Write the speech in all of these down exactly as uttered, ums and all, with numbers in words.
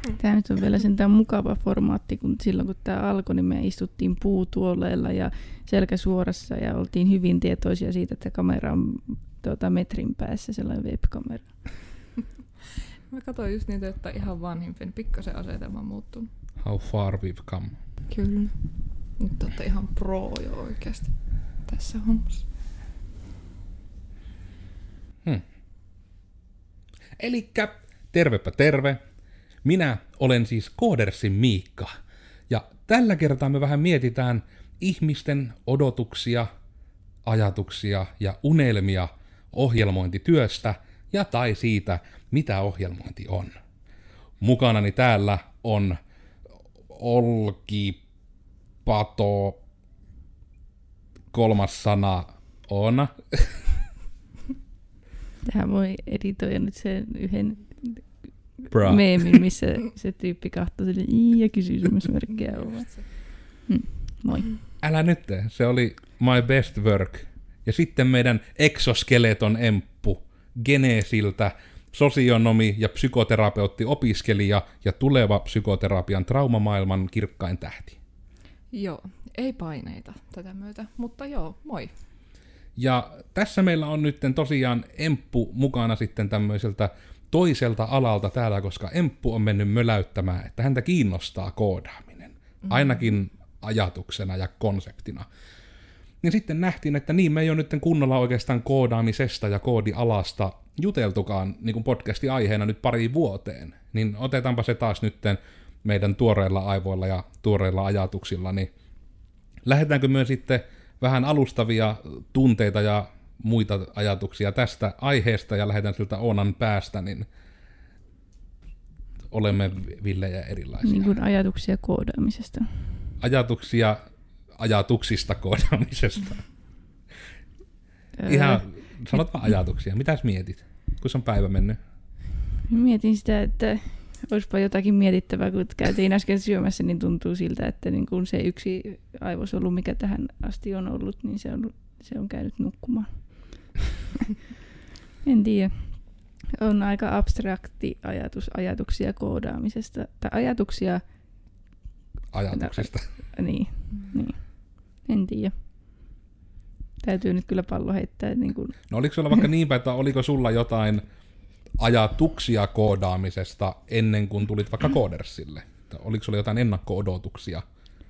Tämä nyt on vielä sentään mukava formaatti, kun silloin kun tämä alkoi, niin me istuttiin puutuoleilla ja selkä suorassa ja oltiin hyvin tietoisia siitä, että kamera on tuota, metrin päässä, sellainen webkamera. Mä katsoin just niitä, että ihan vanhimpien pikkasen asetelma on muuttunut. How far we've come. Kyllä. Nyt olette ihan pro jo oikeasti tässä hommassa. Hmm. Elikkä tervepä terve. Minä olen siis Koodersin Miikka. Ja tällä kertaa me vähän mietitään ihmisten odotuksia, ajatuksia ja unelmia ohjelmointityöstä ja tai siitä, mitä ohjelmointi on. Mukanani täällä on Olki, Pato, kolmas sana on. Tähän voi editoida nyt sen yhden Bra. meemin, missä se tyyppi kahtoo sille ja kysymysmerkkiä. Hmm. Moi. Älä nyt, se oli my best work. Ja sitten meidän exoskeleton emppu Geneesiltä, sosionomi ja psykoterapeutti opiskelija ja tuleva psykoterapian traumamaailman kirkkain tähti. Joo, ei paineita tätä myötä, mutta joo, moi. Ja tässä meillä on nyt tosiaan emppu mukana sitten tämmöiseltä toiselta alalta täällä, koska emppu on mennyt möläyttämään, että häntä kiinnostaa koodaaminen. Ainakin ajatuksena ja konseptina. Niin sitten nähtiin, että niin me ei ole nyt kunnolla oikeastaan koodaamisesta ja koodialasta juteltukaan niin kuin podcastin aiheena nyt pariin vuoteen. Niin otetaanpa se taas nyt meidän tuoreilla aivoilla ja tuoreilla ajatuksilla, niin lähdetäänkö myös sitten vähän alustavia tunteita ja muita ajatuksia tästä aiheesta ja lähdetään siltä Oonan päästä, niin olemme villejä erilaisia. Niin kuin ajatuksia koodaamisesta. Ajatuksia ajatuksista koodaamisesta. Ihan, sanot vaan ajatuksia. Mitäs mietit, kun se on päivä mennyt? Mietin sitä, että olisipa jotakin mietittävää, kun käytiin äsken syömässä, niin tuntuu siltä, että niin kun se yksi aivosolu, mikä tähän asti on ollut, niin se on, se on käynyt nukkumaan. En tiedä. On aika abstrakti ajatus ajatuksia koodaamisesta. Tai ajatuksia... Ajatuksista. Na, niin, niin. En tiedä. Täytyy nyt kyllä pallo heittää. Niin kun... No oliko sulla vaikka niinpä, että oliko sulla jotain ajatuksia koodaamisesta ennen kuin tulit vaikka Koodersille? Oliko sulla jotain ennakko-odotuksia?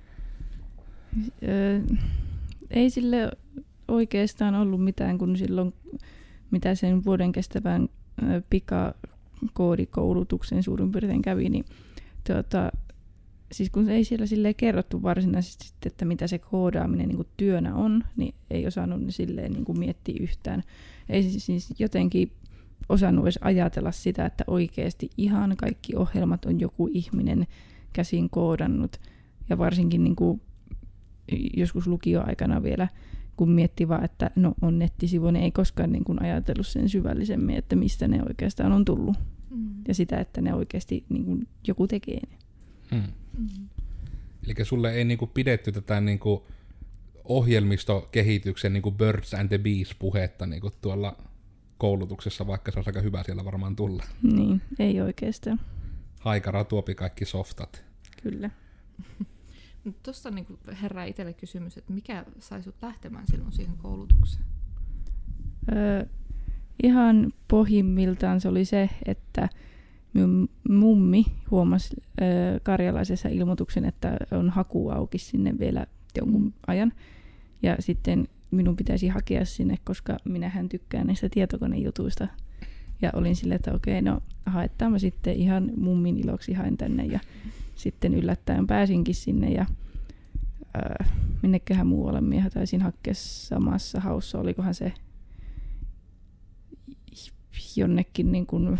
Öö, ei sille oikeastaan ollut mitään, kun silloin mitä sen vuoden kestävän pikakoodikoulutuksen suurin piirtein kävi, niin tuota, siis kun ei siellä silleen kerrottu varsinaisesti, että mitä se koodaaminen niin kuin työnä on, niin ei osannut silleen niin kuin miettiä yhtään. Ei siis jotenkin osannut edes ajatella sitä, että oikeasti ihan kaikki ohjelmat on joku ihminen käsin koodannut. Ja varsinkin niin kuin joskus lukioaikana vielä, kun mietti vaan, että no on nettisivu, niin ei koskaan niin kuin ajatellut sen syvällisemmin, että mistä ne oikeastaan on tullut. Mm. Ja sitä, että ne oikeasti niin kuin joku tekee ne. Hmm. Mm. Eli sulle ei niinku pidetty tätä niinku ohjelmistokehityksen niinku Birds and the Bees -puhetta niinku tuolla koulutuksessa, vaikka se olisi aika hyvä siellä varmaan tulla. Niin, ei oikeastaan. Haikara tuopi kaikki softat. Kyllä. Tuosta niinku herää itselle kysymys, että mikä sai sut lähtemään silloin siihen koulutukseen? Öö, ihan pohjimmiltaan se oli se, että minun mummi huomasi öö, karjalaisessa ilmoituksen, että on haku auki sinne vielä jonkun ajan. Ja sitten minun pitäisi hakea sinne, koska minähän tykkään näistä tietokonejutuista. Ja olin silleen, että okei, no haetaan mä sitten ihan mummin iloksi haen tänne. Ja sitten yllättäen pääsinkin sinne ja öö, minneköhän muualle minä taisin hakea samassa haussa. Olikohan se jonnekin niin kuin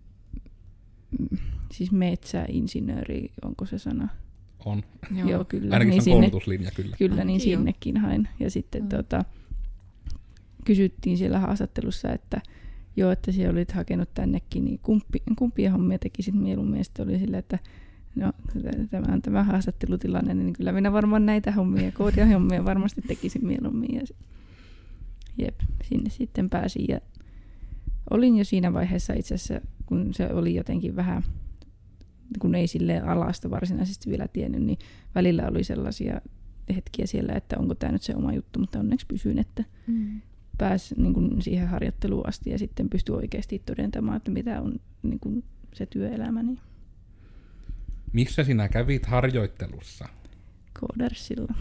siis metsäinsinööri, onko se sana? On. Joo, Joo kyllä. Ainakin niin se on koulutuslinja, kyllä. Kyllä, niin Kiitos. sinnekin hain. Ja sitten mm. tota, kysyttiin siellä haastattelussa, että joo, että siellä olit hakenut tännekin, niin kumpi, kumpia hommia tekisit mieluummin. Ja sitten oli sillä, että no, tämä on tämä haastattelutilanne, niin kyllä minä varmaan näitä hommia, koodia hommia varmasti tekisin mieluummin. Ja jep, sinne sitten pääsin. Ja olin jo siinä vaiheessa itse asiassa, kun se oli jotenkin vähän kun ei silleen alasta varsinaisesti vielä tiennyt, niin välillä oli sellaisia hetkiä siellä, että onko tämä nyt se oma juttu, mutta onneksi pysyin, että mm. pääsi niin kuin siihen harjoitteluun asti ja sitten pystyi oikeasti todentamaan, että mitä on niin kuin se työelämäni. Missä sinä kävit harjoittelussa? Koodarsilla.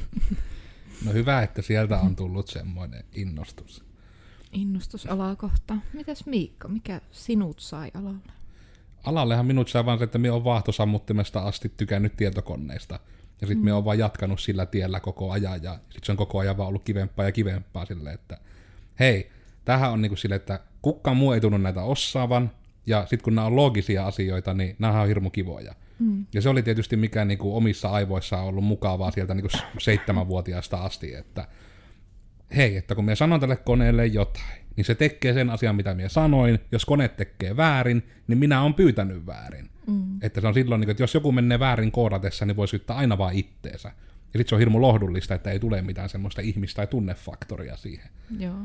No hyvä, että sieltä on tullut semmoinen innostus. Innostus alaa kohtaan. Mitäs Miikka, mikä sinut sai alalle? Alallehan minut sai vaan se, että minä olen vaahtosammuttimesta asti tykännyt tietokoneista. Ja sitten mm. minä olen vaan jatkanut sillä tiellä koko ajan. Ja sitten se on koko ajan vaan ollut kivempaa ja kivempaa silleen, että hei, tämähän on niinku silleen, että kukaan muu ei tunnu näitä osaavan. Ja sitten kun nämä on loogisia asioita, niin nämä on hirmu kivoja. Mm. Ja se oli tietysti mikä niinku omissa aivoissa on ollut mukavaa sieltä niinku seitsemänvuotiaasta asti, että hei, että kun minä sanon tälle koneelle jotain, niin se tekee sen asian, mitä minä sanoin. Jos kone tekee väärin, niin minä olen pyytänyt väärin. Mm. Että se on silloin, että jos joku menee väärin koodatessa, niin voi syyttää aina vaan itteensä. Ja sitten se on hirmu lohdullista, että ei tule mitään semmoista ihmistä- tai tunnefaktoria siihen. Joo.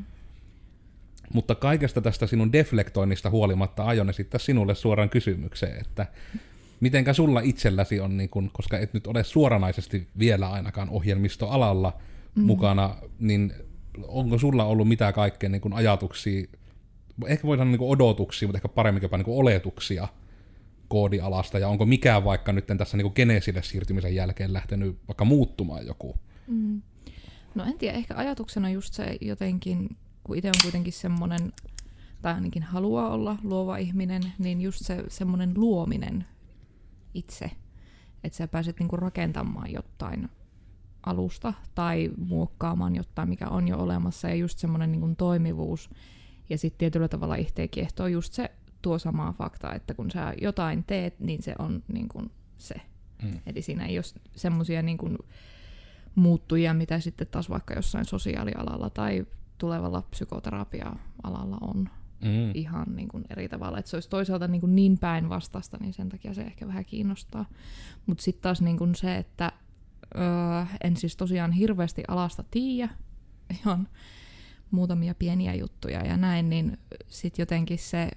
Mutta kaikesta tästä sinun deflektoinnista huolimatta aion esittää sinulle suoraan kysymykseen, että mitenkä sulla itselläsi on, niin kun, koska et nyt ole suoranaisesti vielä ainakaan ohjelmistoalalla mm. mukana, niin onko sulla ollut mitään kaikkea niin kun ajatuksia, ehkä voi sanoa niin kun odotuksia, mutta ehkä paremmin jopa niin kun oletuksia koodialasta, ja onko mikään vaikka nyt tässä niin kun Genesille siirtymisen jälkeen lähtenyt vaikka muuttumaan joku? Mm. No en tiedä, ehkä ajatuksena just se jotenkin, kun itse on kuitenkin semmoinen, tai ainakin haluaa olla luova ihminen, niin just se semmoinen luominen itse, että sä pääset niinku rakentamaan jotain alusta tai muokkaamaan jotain, mikä on jo olemassa, ja just semmoinen niinku toimivuus. Ja sitten tietyllä tavalla itseä kiehtoo just se tuo samaa faktaa, että kun sä jotain teet, niin se on niinku se. Mm. Eli siinä ei ole semmoisia niinku muuttujia, mitä sitten taas vaikka jossain sosiaalialalla tai tulevalla psykoterapia-alalla on. Mm. Ihan niin kuin eri tavalla, että se olisi toisaalta niin, kuin niin päinvastaista, niin sen takia se ehkä vähän kiinnostaa. Mutta sitten taas niin kuin se, että öö, en siis tosiaan hirveästi alasta tiedä, ihan muutamia pieniä juttuja ja näin, niin sitten jotenkin se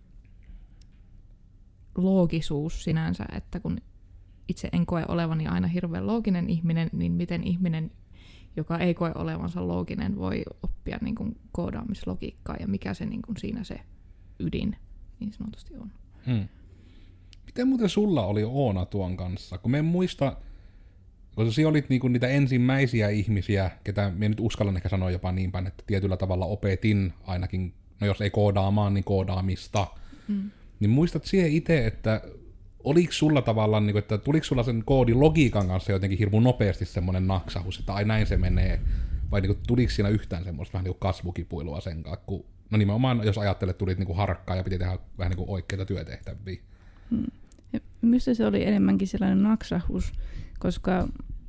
loogisuus sinänsä, että kun itse en koe olevani aina hirveän looginen ihminen, niin miten ihminen, joka ei koe olevansa looginen, voi oppia niin kuin koodaamislogiikkaa ja mikä se niin kuin siinä se ydin niin sanotusti on. Hmm. Miten muuten sulla oli Oona tuon kanssa? Kun me en muista, koska sinä olit niinku niitä ensimmäisiä ihmisiä, ketä minä nyt uskallan ehkä sanoa jopa niin päin, että tietyllä tavalla opetin ainakin, no jos ei koodaamaan, niin koodaamista. Hmm. Niin muistat siihen itse, että oliko sulla tavallaan, että tuliko sulla sen koodin logiikan kanssa jotenkin hirmu nopeasti semmoinen naksahus, että ai näin se menee, vai niin kuin, tuliko siinä yhtään semmoista vähän niin kuin kasvukipuilua sen kanssa, kun no nimenomaan jos ajattelet, tulit niin kuin harkkaa ja piti tehdä vähän niin kuin oikeita työtehtäviä. Hmm. Minusta se oli enemmänkin sellainen naksahus, koska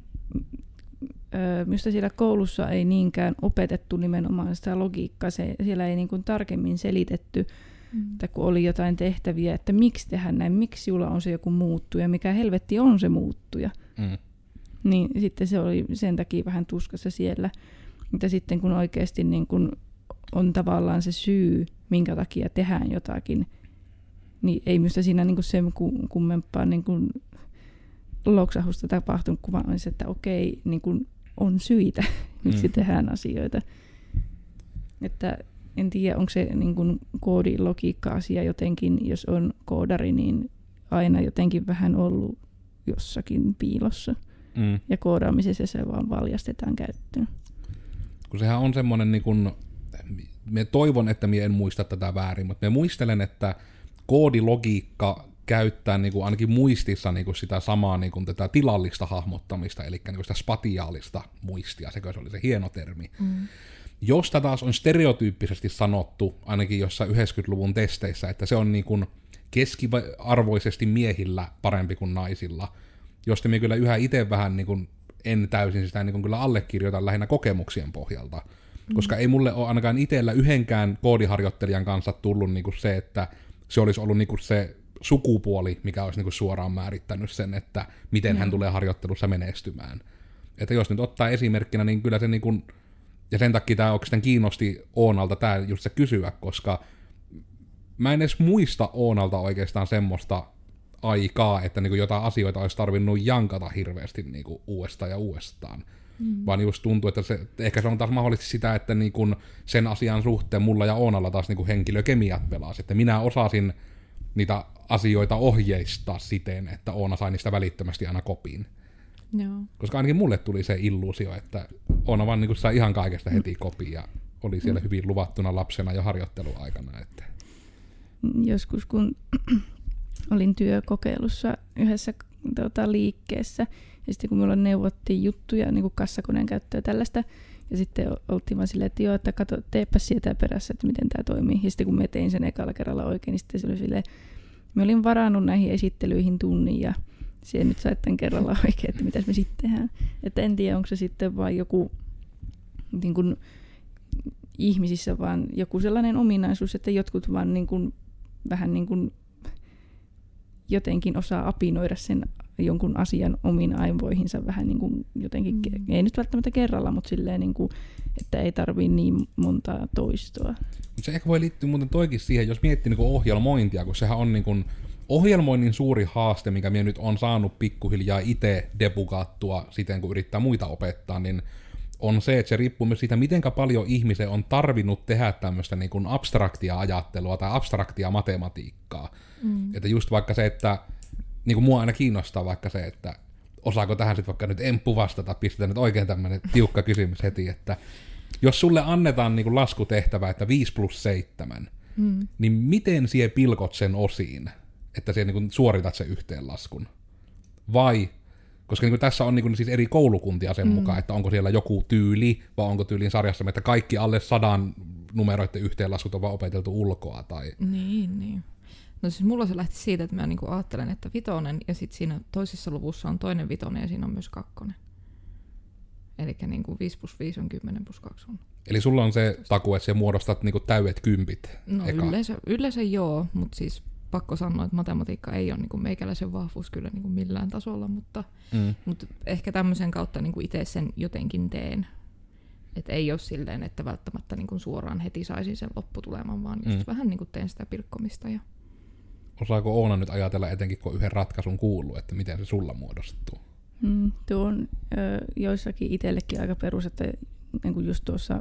ö, minusta siellä koulussa ei niinkään opetettu nimenomaan sitä logiikkaa, se, siellä ei niin kuin tarkemmin selitetty, mm. että kun oli jotain tehtäviä, että miksi tehdään näin, miksi sinulla on se joku muuttuja, mikä helvetti on se muuttuja. Mm. Niin sitten se oli sen takia vähän tuskassa siellä. Mutta sitten kun oikeasti niin kun on tavallaan se syy, minkä takia tehdään jotakin, niin ei minusta siinä niin kuin sen kummempaa niin kuin loksahusta tapahtunut, kun vaan olisi, että okei, niin kuin on syitä, miksi mm. tehdään asioita. Että en tiedä, onko se niin kuin koodilogiikka-asia jotenkin, jos on koodari, niin aina jotenkin vähän ollut jossakin piilossa. Mm. Ja koodaamisessa se vaan valjastetaan käyttöön. Kun sehän on semmoinen, niin kuin, me toivon, että minä en muista tätä väärin, mutta me muistelen, että koodilogiikka käyttää niin kuin ainakin muistissa niin kuin sitä samaa niin kuin tätä tilallista hahmottamista, eli niin kuin sitä spatiaalista muistia, sekö se oli se hieno termi. Mm. Josta taas on stereotyyppisesti sanottu, ainakin jossain yhdeksänkymmentäluvun testeissä, että se on niin kuin keskiarvoisesti miehillä parempi kuin naisilla, josta minä kyllä yhä itse vähän niin kuin en täysin sitä niin kuin kyllä allekirjoitan lähinnä kokemuksien pohjalta, mm. koska ei mulle ole ainakaan itsellä yhdenkään koodiharjoittelijan kanssa tullut niin kuin se, että se olisi ollut niin kuin se sukupuoli, mikä olisi niin kuin suoraan määrittänyt sen, että miten mm. hän tulee harjoittelussa menestymään. Että jos nyt ottaa esimerkkinä, niin kyllä se niin kuin, ja sen takia tämä oikeastaan kiinnosti Oonalta tämä just se kysyä, koska mä en edes muista Oonalta oikeastaan semmoista aikaa, että niin kuin jotain asioita olisi tarvinnut jankata hirveästi niin kuin uudestaan ja uudestaan. Mm. Vaan just tuntuu, että se, ehkä se on taas mahdollisesti sitä, että niin kuin sen asian suhteen mulla ja Oonalla taas niin kuin henkilökemiat pelasi. Että minä osasin niitä asioita ohjeistaa siten, että Oona sai niistä välittömästi aina kopiin. Joo. Koska ainakin mulle tuli se illuusio, että Oona vaan niin kuin sai ihan kaikesta heti kopiin ja oli siellä hyvin luvattuna lapsena jo harjoitteluaikana. Että. Joskus kun olin työkokeilussa yhdessä tota, liikkeessä, ja sitten kun minulla neuvottiin juttuja, niin kuin kassakoneen käyttöä tällaista, ja sitten oltiin vaan silleen, että joo, että kato, teepä sieltä perässä, että miten tämä toimii. Ja sitten kun me tein sen ekalla kerralla oikein, niin sitten se oli silleen, me olin varannut näihin esittelyihin tunnin, ja siihen nyt sait tämän kerralla oikein, että mitäs me sitten tehdään. Että en tiedä, onko se sitten vaan joku niin kuin, ihmisissä vaan joku sellainen ominaisuus, että jotkut vaan niin kuin, vähän niin kuin jotenkin osaa apinoida sen jonkun asian omiin aivoihinsa vähän niin kuin jotenkin, mm. ei nyt välttämättä kerralla, mutta silleen niin kuin, että ei tarvii niin montaa toistoa. Mutta se ehkä voi liittyä muuten toikin siihen, jos miettii niin kuin ohjelmointia, kun sehän on niin kuin ohjelmoinnin suuri haaste, mikä minä nyt on saanut pikkuhiljaa itse debugattua siten, kun yrittää muita opettaa, niin on se, että se riippuu myös siitä, miten paljon ihmisen on tarvinnut tehdä tämmöistä niin kuin abstraktia ajattelua tai abstraktia matematiikkaa. Mm. Että just vaikka se, että niin kuin mua aina kiinnostaa vaikka se, että osaako tähän sitten vaikka nyt Emppu vastata, pistetään nyt oikein tämmöinen tiukka kysymys heti, että jos sulle annetaan niin kuin laskutehtävä, että viisi plus seitsemän, mm. niin miten sie pilkot sen osiin, että sie niin kuin suoritat sen yhteenlaskun? Vai, koska niin kuin tässä on niin kuin siis eri koulukuntia sen mm. mukaan, että onko siellä joku tyyli, vai onko tyylin sarjassa, että kaikki alle sadan numeroiden yhteenlaskut on vaan opeteltu ulkoa? Tai. Niin, niin. No siis mulla se lähti siitä, että mä niinku ajattelen, että vitonen, ja sitten siinä toisessa luvussa on toinen vitonen, ja siinä on myös kakkonen. Eli niinku viisi plus viisi on kymmenen plus kaksi on. Eli sulla on se taku, että sä muodostat niinku täydet kympit No eka. Yleensä, yleensä joo, mutta siis pakko sanoa, että matematiikka ei ole niinku meikäläisen vahvuus kyllä niinku millään tasolla, mutta, mm. mutta ehkä tämmöisen kautta niinku itse sen jotenkin teen. Että ei ole silleen, että välttämättä niinku suoraan heti saisin sen lopputuleman, vaan just mm. vähän niinku teen sitä pilkkomista. Ja osaako Oona nyt ajatella etenkin, kun yhden ratkaisun kuuluu, että miten se sulla muodostuu? Mm, tuo on ö, joissakin itsellekin aika perus, että niin kuin just tuossa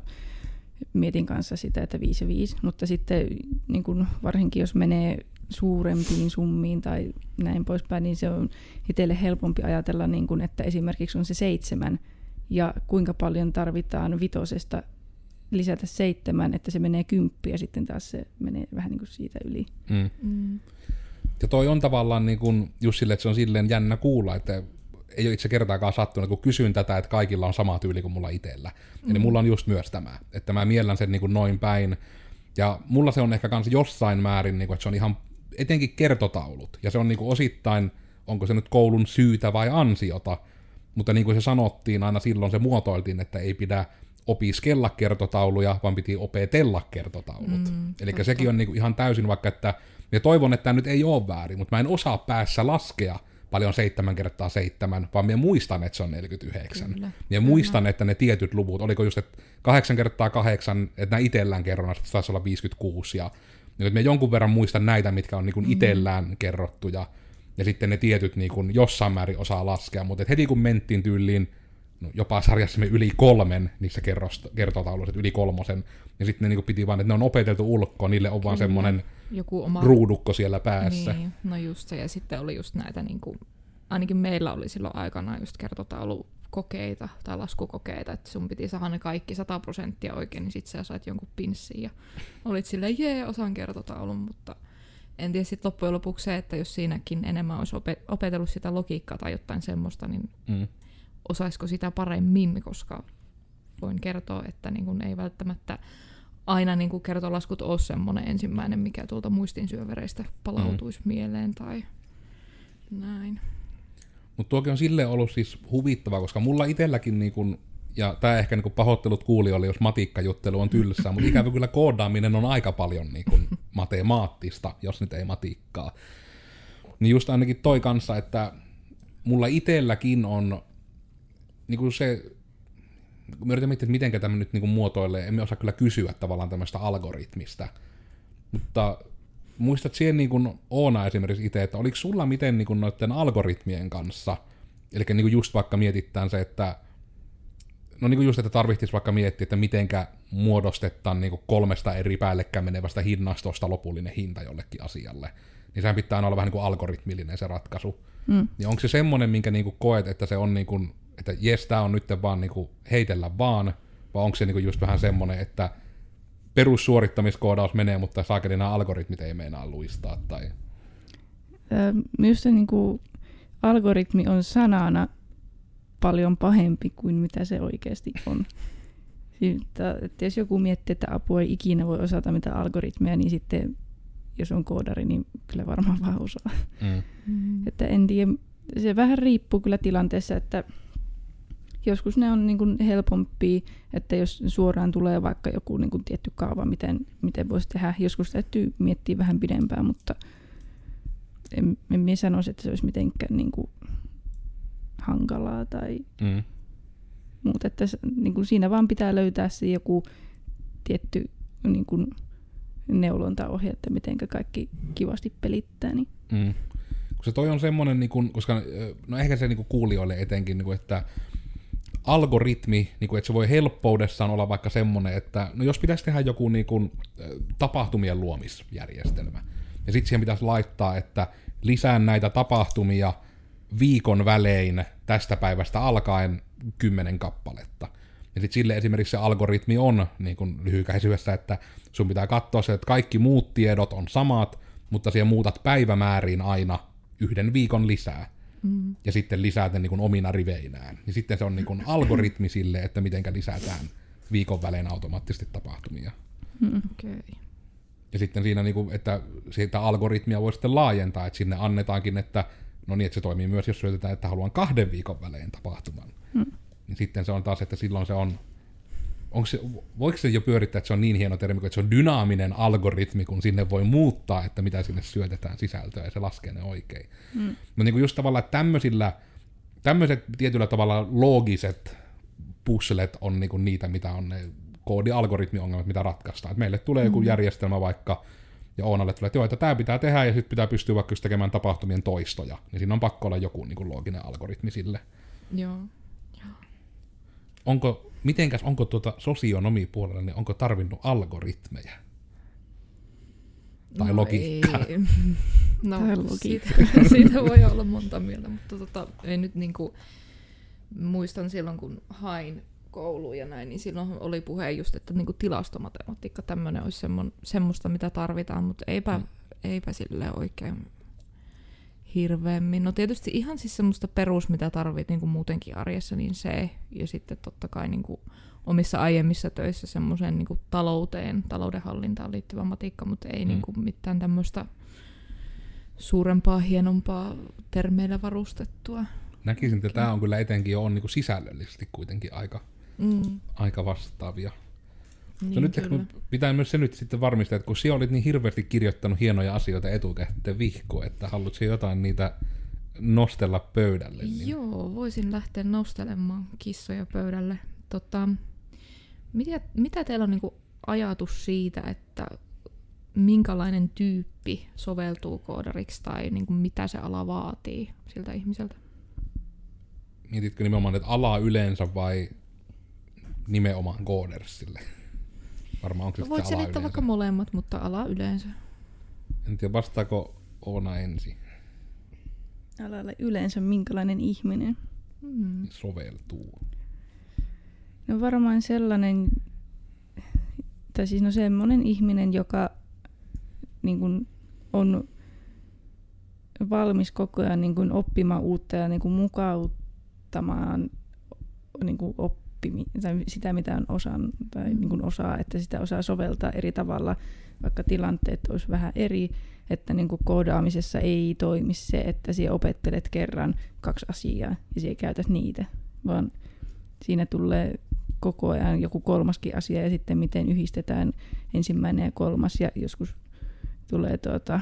mietin kanssa sitä, että viisi ja viisi, mutta sitten niin kuin varsinkin jos menee suurempiin summiin tai näin poispäin, niin se on itselle helpompi ajatella, niin kuin, että esimerkiksi on se seitsemän ja kuinka paljon tarvitaan vitosesta lisätä seitsemän, että se menee kymppi ja sitten taas se menee vähän niin kuin siitä yli. Mm. Mm. Ja toi on tavallaan niin kuin just sille, että se on silleen jännä kuulla, että ei ole itse kertaakaan sattunut, kun kysyn tätä, että kaikilla on sama tyyli kuin mulla itsellä. Mm. Eli mulla on just myös tämä, että mä miellän sen niin kuin noin päin. Ja mulla se on ehkä kans jossain määrin, niin kuin, että se on ihan etenkin kertotaulut. Ja se on niin kuin osittain, onko se nyt koulun syytä vai ansiota, mutta niin kuin se sanottiin aina silloin, se muotoiltiin, että ei pidä opiskella kertotauluja, vaan piti opetella kertotaulut. Mm, eli totta. Sekin on niinku ihan täysin vaikka, että ja toivon, että tämä nyt ei ole väärin, mutta mä en osaa päässä laskea paljon seitsemän kertaa seitsemän, vaan mä muistan, että se on neljäkymmentäyhdeksän. Kyllä. Ja muistan, että ne tietyt luvut, oliko just, että kahdeksan kertaa kahdeksan, että nämä itellään kerron, että taisi olla viisikymmentäkuusi, ja että mä jonkun verran muistan näitä, mitkä on niinku mm. itellään kerrottu, ja, ja sitten ne tietyt niinku jossain määrin osaa laskea, mutta heti kun mentiin tyyliin, no, jopa sarjassamme yli kolmen niissä kertotauluissa, yli kolmosen, ja sitten ne niinku piti vaan, että ne on opeteltu ulkoa, niille on vaan semmoinen joku oma ruudukko siellä päässä. Niin, no just se, ja sitten oli just näitä, niinku, ainakin meillä oli silloin aikanaan just kertotaulukokeita tai laskukokeita, että sun piti saada ne kaikki sata prosenttia oikein, niin sit sä sait jonkun pinssin, ja olit silleen, jee, osaan kertotaulun, mutta en tiedä sitten loppujen lopuksi se, että jos siinäkin enemmän olisi opetellut sitä logiikkaa tai jotain semmoista, niin mm. osaisiko sitä paremmin, koska voin kertoa, että niin kun ei välttämättä aina niin kun kertolaskut ole semmoinen ensimmäinen, mikä tuolta muistinsyövereistä palautuisi mm. mieleen tai näin. Mutta tuokin on silleen ollut siis huvittavaa, koska mulla itselläkin, niin kun, ja tämä ehkä niin pahoittelut kuulijoille, jos matikkajuttelu on tylsää, mutta ikävä kyllä koodaaminen on aika paljon niin kun matemaattista, jos nyt ei matikkaa. Niin just ainakin toi kanssa, että mulla itselläkin on niin kuin se, kun me yritän miettiä, että miten tämä nyt niin kuin muotoilee, emme osaa kyllä kysyä tavallaan tämmöistä algoritmista, mutta muistat siihen niin kuin Oona esimerkiksi itse, että oliko sulla miten niin kuin noiden algoritmien kanssa, eli niin kuin just vaikka mietitään se, että no niin kuin just, että tarvitsisi vaikka miettiä, että mitenkä muodostetaan niin kuin kolmesta eri päällekkäin menevästä hinnastosta lopullinen hinta jollekin asialle, niin sehän pitää aina olla vähän niin kuin algoritmillinen se ratkaisu. Mm. Niin onko se semmoinen, minkä niin kuin koet, että se on niin kuin, että jes, tää on nyt vaan niin kuin heitellä vaan, vai onko se niin kuin just vähän semmoinen, että perussuorittamiskoodaus menee, mutta saakeli nämä algoritmit ei meinaa luistaa? Tai... Minusta se niin kuin algoritmi on sanana paljon pahempi kuin mitä se oikeasti on. Siitä, että jos joku miettii, että apua ei ikinä voi osata mitä algoritmeja, niin sitten jos on koodari, niin kyllä varmaan vaan osaa. Mm. Mm. Että en tiedä, se vähän riippuu kyllä tilanteessa, että joskus ne on niin kuin helpompia, että jos suoraan tulee vaikka joku niin kuin tietty kaava, miten, miten voisi tehdä. Joskus täytyy miettiä vähän pidempään, mutta en, en minä sanoisi, että se olisi mitenkään niin kuin hankalaa tai mm. muuta. Että niin kuin siinä vaan pitää löytää se joku tietty niin kuin neulontaohje, että miten kaikki kivasti pelittää. Niin. Mm. Se toi on semmoinen, niin kun, koska no ehkä se niin kun kuulijoille etenkin, niin kun, että algoritmi, niin kun, että se voi helppoudessaan olla vaikka semmoinen, että no jos pitäisi tehdä joku niin kun, tapahtumien luomisjärjestelmä, ja sitten siihen pitäisi laittaa, että lisään näitä tapahtumia viikon välein tästä päivästä alkaen kymmenen kappaletta. Ja sitten sille esimerkiksi se algoritmi on niin kun lyhykäisyydessä, että sun pitää katsoa se, että kaikki muut tiedot on samat, mutta siellä muutat päivämääriin aina yhden viikon lisää. Mm. Ja sitten lisäät ne niin kuin omina riveinään. Ja sitten se on niin kuin algoritmi sille, että mitenkä lisätään viikon välein automaattisesti tapahtumia. Mm. Okay. Ja sitten siinä, niin kuin, että sitä algoritmia voi sitten laajentaa, että sinne annetaankin, että no niin, että se toimii myös, jos syötetään, että haluan kahden viikon välein tapahtuman. Mm. Niin sitten se on taas, että silloin se on, onko se, voiko se jo pyörittää, että se on niin hieno termi, että se on dynaaminen algoritmi, kun sinne voi muuttaa, että mitä sinne syötetään sisältöä, ja se laskee ne oikein. Mm. No niin kuin just tavallaan, että tämmöisillä, tämmöiset tietyllä tavalla loogiset puzzlet on niin kuin niitä, mitä on ne koodi-algoritmiongelmat, mitä ratkaistaan. Et meille tulee joku mm. järjestelmä vaikka, ja Oonalle tulee, että joo, että tämä pitää tehdä, ja sitten pitää pystyä vaikka tekemään tapahtumien toistoja, niin siinä on pakko olla joku niin kuin looginen algoritmi sille. Joo. Onko, mitenkäs, onko tuota sosionomipuolella, niin onko tarvinnut algoritmeja? Tai no logiikkaa? Ei. No, siitä, siitä voi olla monta mieltä, mutta tota, ei nyt niinku, muistan silloin, kun hain kouluun ja näin, niin silloin oli puhe just, että niinku tilastomatematiikka, tämmöinen olisi semmo, semmoista, mitä tarvitaan, mutta eipä, hmm. eipä silleen oikein hirveämmin. No tietysti ihan siis semmoista perus, mitä tarvit niin kuin muutenkin arjessa, niin se. Ja sitten totta kai niin kuin omissa aiemmissa töissä semmoiseen niin kuin talouteen, taloudenhallintaan liittyvä matikka, mutta ei mm. niin kuin mitään tämmöistä suurempaa, hienompaa termeillä varustettua. Näkisin, että tämä on kyllä etenkin jo on niin kuin sisällöllisesti kuitenkin aika, mm. aika vastaavia. Niin, nyt pitää myös se nyt sitten varmistaa, että kun sinä olit niin hirveästi kirjoittanut hienoja asioita etukäteen vihkoon, että haluatko jotain niitä nostella pöydälle? Niin... Joo, voisin lähteä nostelemaan kissoja pöydälle. Tota, mitä, mitä teillä on niinku ajatus siitä, että minkälainen tyyppi soveltuu koodariksi tai niinku mitä se ala vaatii siltä ihmiseltä? Mietitkö nimenomaan, että ala yleensä vai nimenomaan koodersille? Varmaan onko se no, voit selittää vaikka molemmat, mutta ala yleensä. En tiedä, vastaako Oona ensin? Alalle yleensä minkälainen ihminen hmm. soveltuu? No varmaan sellainen, tai siis no semmoinen ihminen, joka niin kuin on valmis koko ajan niin kuin oppimaan uutta ja niin kuin mukauttamaan niin kuin oppimista. Tai sitä, mitä on osan, tai mm. niin kuin osaa, että sitä osaa soveltaa eri tavalla, vaikka tilanteet olisi vähän eri, että niin kuin koodaamisessa ei toimi se, että sinä opettelet kerran kaksi asiaa ja sinä käytät niitä, vaan siinä tulee koko ajan joku kolmaskin asia ja sitten miten yhdistetään ensimmäinen ja kolmas ja joskus tulee tuota,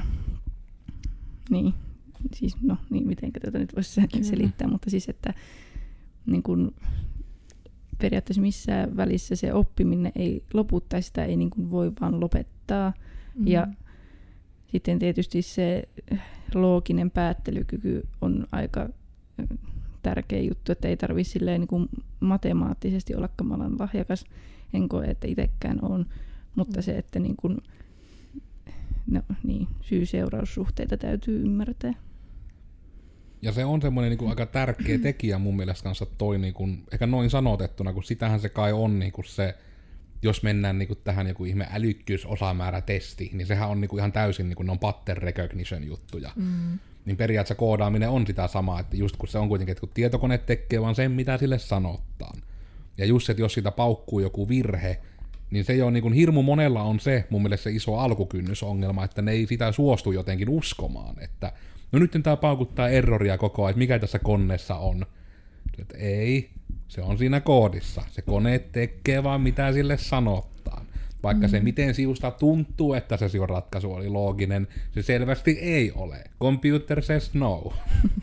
niin, siis no niin, mitenkä tuota nyt voisi selittää, mutta siis, että niin kuin periaatteessa missään välissä se oppiminen ei lopu tai sitä ei niin kuin voi vaan lopettaa. Mm. Ja sitten tietysti se looginen päättelykyky on aika tärkeä juttu, että ei tarvitse silleen niin kuin matemaattisesti olla kamalan lahjakas, en koe, että itsekään on, mutta se, että niin kuin, no, niin, syy-seuraussuhteita täytyy ymmärtää. Ja se on semmoinen niin kuin aika tärkeä tekijä mun mielestä kanssa toi, niin kuin, ehkä noin sanotettuna, kun sitähän se kai on niin kuin se, jos mennään niin kuin tähän joku ihme älykkyysosamäärätesti, niin sehän on niin kuin ihan täysin, niin kuin ne on pattern recognition juttuja. Mm. Niin periaatteessa koodaaminen on sitä samaa, että just kun se on kuitenkin, että kun tietokone tekee vaan sen, mitä sille sanotaan. Ja just, että jos siitä paukkuu joku virhe, niin se jo niin kuin hirmu monella on se, mun mielestä se iso alkukynnysongelma, että ne ei sitä suostu jotenkin uskomaan, että no nyt tää paukuttaa erroria koko ajan, että mikä tässä koneessa on. Että ei, se on siinä koodissa. Se kone tekee vaan mitä sille sanotaan. Vaikka mm. se miten sinusta tuntuu, että se sinun ratkaisu oli looginen, se selvästi ei ole. Computer says no.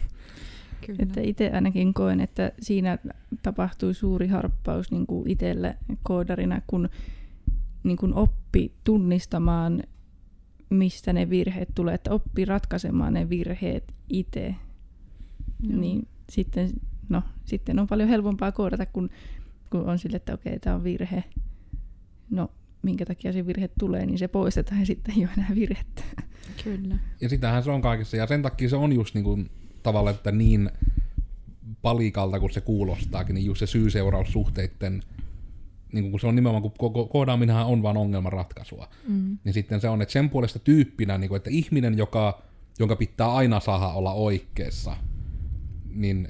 Että itse ainakin koen, että siinä tapahtui suuri harppaus niin kuin itselle koodarina, kun niin kuin oppi tunnistamaan, mistä ne virheet tulee, että oppi ratkaisemaan ne virheet itse. Mm. Niin sitten, no, sitten on paljon helpompaa koodata, kun, kun on sille, että okei, tämä on virhe. No, minkä takia se virhe tulee, niin se poistetaan ja sitten ei ole enää virhettä. Kyllä. Ja sitähän se on kaikessa. Ja sen takia se on just niin kuin, tavallaan, että niin palikalta kuin se kuulostaakin, niin just se syy-seuraussuhteiden, niin kun se on nimenomaan, kun ko- koodaaminenhan on vaan ongelmanratkaisua, mm. niin sitten se on, että sen puolesta tyyppinä, niin kuin, että ihminen, joka, jonka pitää aina saada olla oikeassa, niin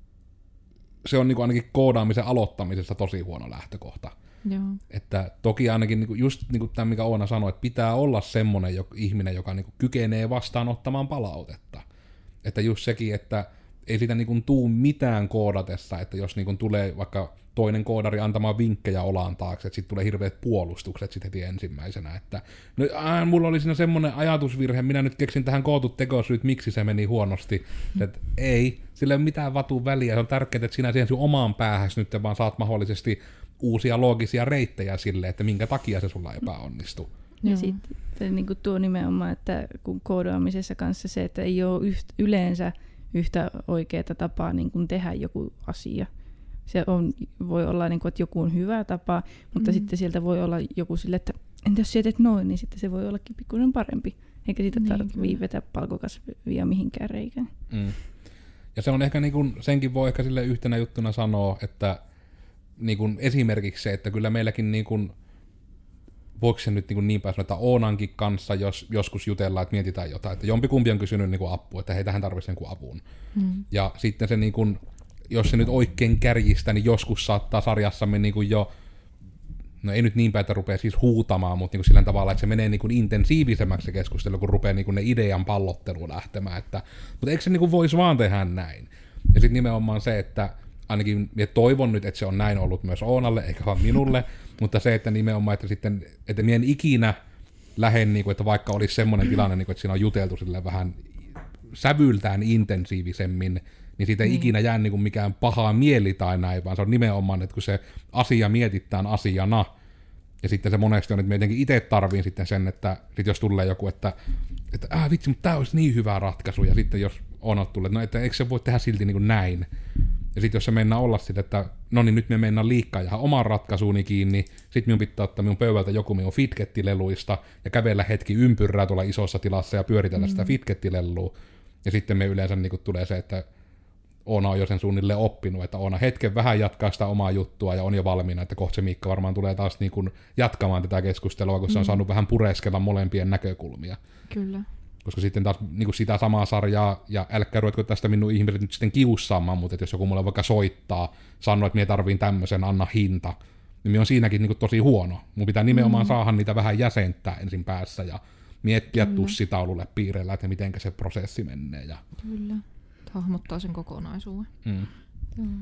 se on niin kuin ainakin koodaamisen aloittamisessa tosi huono lähtökohta. Joo. Että toki ainakin niin kuin just niin kuin tämä, mikä Oona sanoi, että pitää olla semmoinen jo, ihminen, joka niin kuin kykenee vastaanottamaan palautetta. Että just sekin, että ei sitä niin kuin tuu mitään koodatessa, että jos niin kuin tulee vaikka toinen koodari antamaan vinkkejä olan taakse, että sitten tulee hirveät puolustukset sitten heti ensimmäisenä, että no, ää, mulla oli siinä semmoinen ajatusvirhe, minä nyt keksin tähän kootut tekosyyt, miksi se meni huonosti. Että ei, sillä ei ole mitään vatun väliä, se on tärkeää, että sinä siihen sun omaan päähäsi nyt vaan saat mahdollisesti uusia loogisia reittejä sille, että minkä takia se sulla epäonnistuu. Ja sitten niin kuin tuo nimenomaan, että kun koodaamisessa kanssa se, että ei ole yht, yleensä yhtä oikeaa tapaa niin kuin tehdä joku asia. Se on, voi olla, niin kuin, että joku on hyvä tapa, mutta mm. sitten sieltä voi olla joku sille, että entä jos teet noin, niin sitten se voi ollakin pikkuinen parempi. Eikä siitä niin, tarvitse viivetä palkokasvia mihinkään reikään. Mm. Ja se on ehkä, niin kuin, senkin voi ehkä sille yhtenä juttuna sanoa, että niin kuin esimerkiksi se, että kyllä meilläkin niin kuin, voiko se nyt niin, niin päin sanoa, että Oonankin kanssa, jos joskus jutellaan, että mietitään jotain, että jompikumpi on kysynyt niin kuin apua, että hei, tähän tarvitsee niin avun. Mm. Ja sitten se, niin kuin, jos se nyt oikein kärjistä, niin joskus saattaa sarjassamme niin kuin jo, no ei nyt niin päin, että rupeaa siis huutamaan, mutta niin kuin sillä tavalla, että se menee niin kuin intensiivisemmäksi se keskustelu, kun rupeaa niin kuin ne idean pallottelu lähtemään. Että, mutta eikö se niin kuin voisi vaan tehdä näin? Ja sitten nimenomaan se, että ainakin minä toivon nyt, että se on näin ollut myös Oonalle, eikä vaan minulle, mutta se, että nimenomaan, että sitten, että minä en ikinä lähde, niin kuin, että vaikka olisi semmoinen tilanne, niin kuin, että siinä on juteltu sille vähän sävyltään intensiivisemmin, niin siitä ei mm. ikinä jää niin kuin mikään paha mieli tai näin, vaan se on nimenomaan, että kun se asia mietitään asiana, ja sitten se monesti on, että minä jotenkin itse tarviin sitten sen, että sit jos tulee joku, että, että äh, vitsi, mutta tämä olisi niin hyvä ratkaisu, ja sitten jos Oonalta tulee, että no, että eikö se voi tehdä silti niin kuin näin, ja sitten jos se mennään olla sitten, että no niin, nyt me mennään liikkaa ja oman ratkaisuuni kiinni, sitten minun pitää ottaa minun pöydältä joku minun fidgettileluista ja kävellä hetki ympyrää tuolla isossa tilassa ja pyöritellä mm. sitä fidgettilellua. Ja sitten me yleensä niin tulee se, että Oona on jo sen suunnilleen oppinut, että Oona hetken vähän jatkaa sitä omaa juttua ja on jo valmiina, että kohta se Miikka varmaan tulee taas niin kuin jatkamaan tätä keskustelua, kun se on mm. saanut vähän pureskella molempien näkökulmia. Kyllä. Koska sitten taas niin kuin sitä samaa sarjaa, ja älkää ruvetko tästä minun ihmiset nyt sitten kiusaamaan, mutta jos joku mulle vaikka soittaa, sanoo, että minä tarviin tämmöisen, anna hinta, niin minä on siinäkin niin kuin tosi huono. Mun pitää nimenomaan mm. saada niitä vähän jäsentää ensin päässä, ja miettiä Kyllä. tussitaululle piireillä, että miten se prosessi menee. Ja Kyllä. Hahmottaa sen kokonaisuuden. Mm. Mm.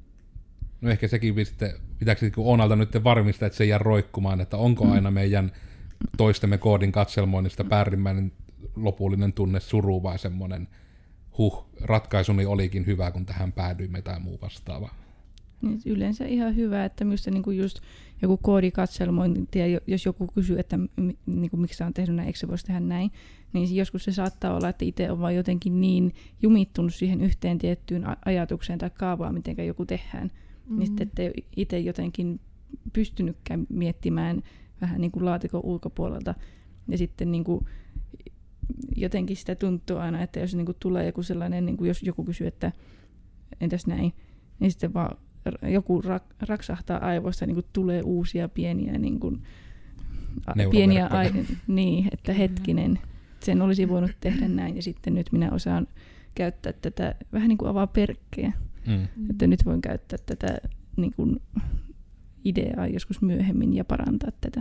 No ehkä sekin sitten, pitääkö Oonalta nyt varmistaa, että se ei jää roikkumaan, että onko aina meidän toistemme koodin katselmoinnista päällimmäinen lopullinen tunne suru vai semmoinen, huh, ratkaisuni olikin hyvä, kun tähän päädyimme tai muu vastaava. Niin yleensä ihan hyvä, että minusta niinku just joku koodikatselmointi, ja jos joku kysyy, että mi, niinku, miksi sä on tehnyt näin, eikö se voisi tehdä näin, niin joskus se saattaa olla, että itse on vaan jotenkin niin jumittunut siihen yhteen tiettyyn ajatukseen tai kaavaan, miten joku tehdään. Mm-hmm. Niin sitten ettei itse jotenkin pystynytkään miettimään vähän niin kuin laatikon ulkopuolelta. Ja sitten niin kuin jotenkin sitä tuntuu aina, että jos niin kuin tulee joku sellainen, niin kuin jos joku kysyy, että entäs näin, niin sitten vaan joku rak- raksahtaa aivoista, niin kuin tulee uusia pieniä, niin kuin, a- pieniä ai- niin, että hetkinen, sen olisi voinut tehdä näin, ja sitten nyt minä osaan käyttää tätä vähän niin kuin avaa perkkejä. Mm. Että nyt voin käyttää tätä niin kuin ideaa joskus myöhemmin ja parantaa tätä.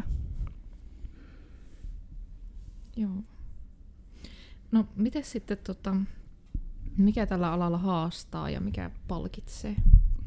Joo. No, miten sitten, tota, mikä tällä alalla haastaa ja mikä palkitsee?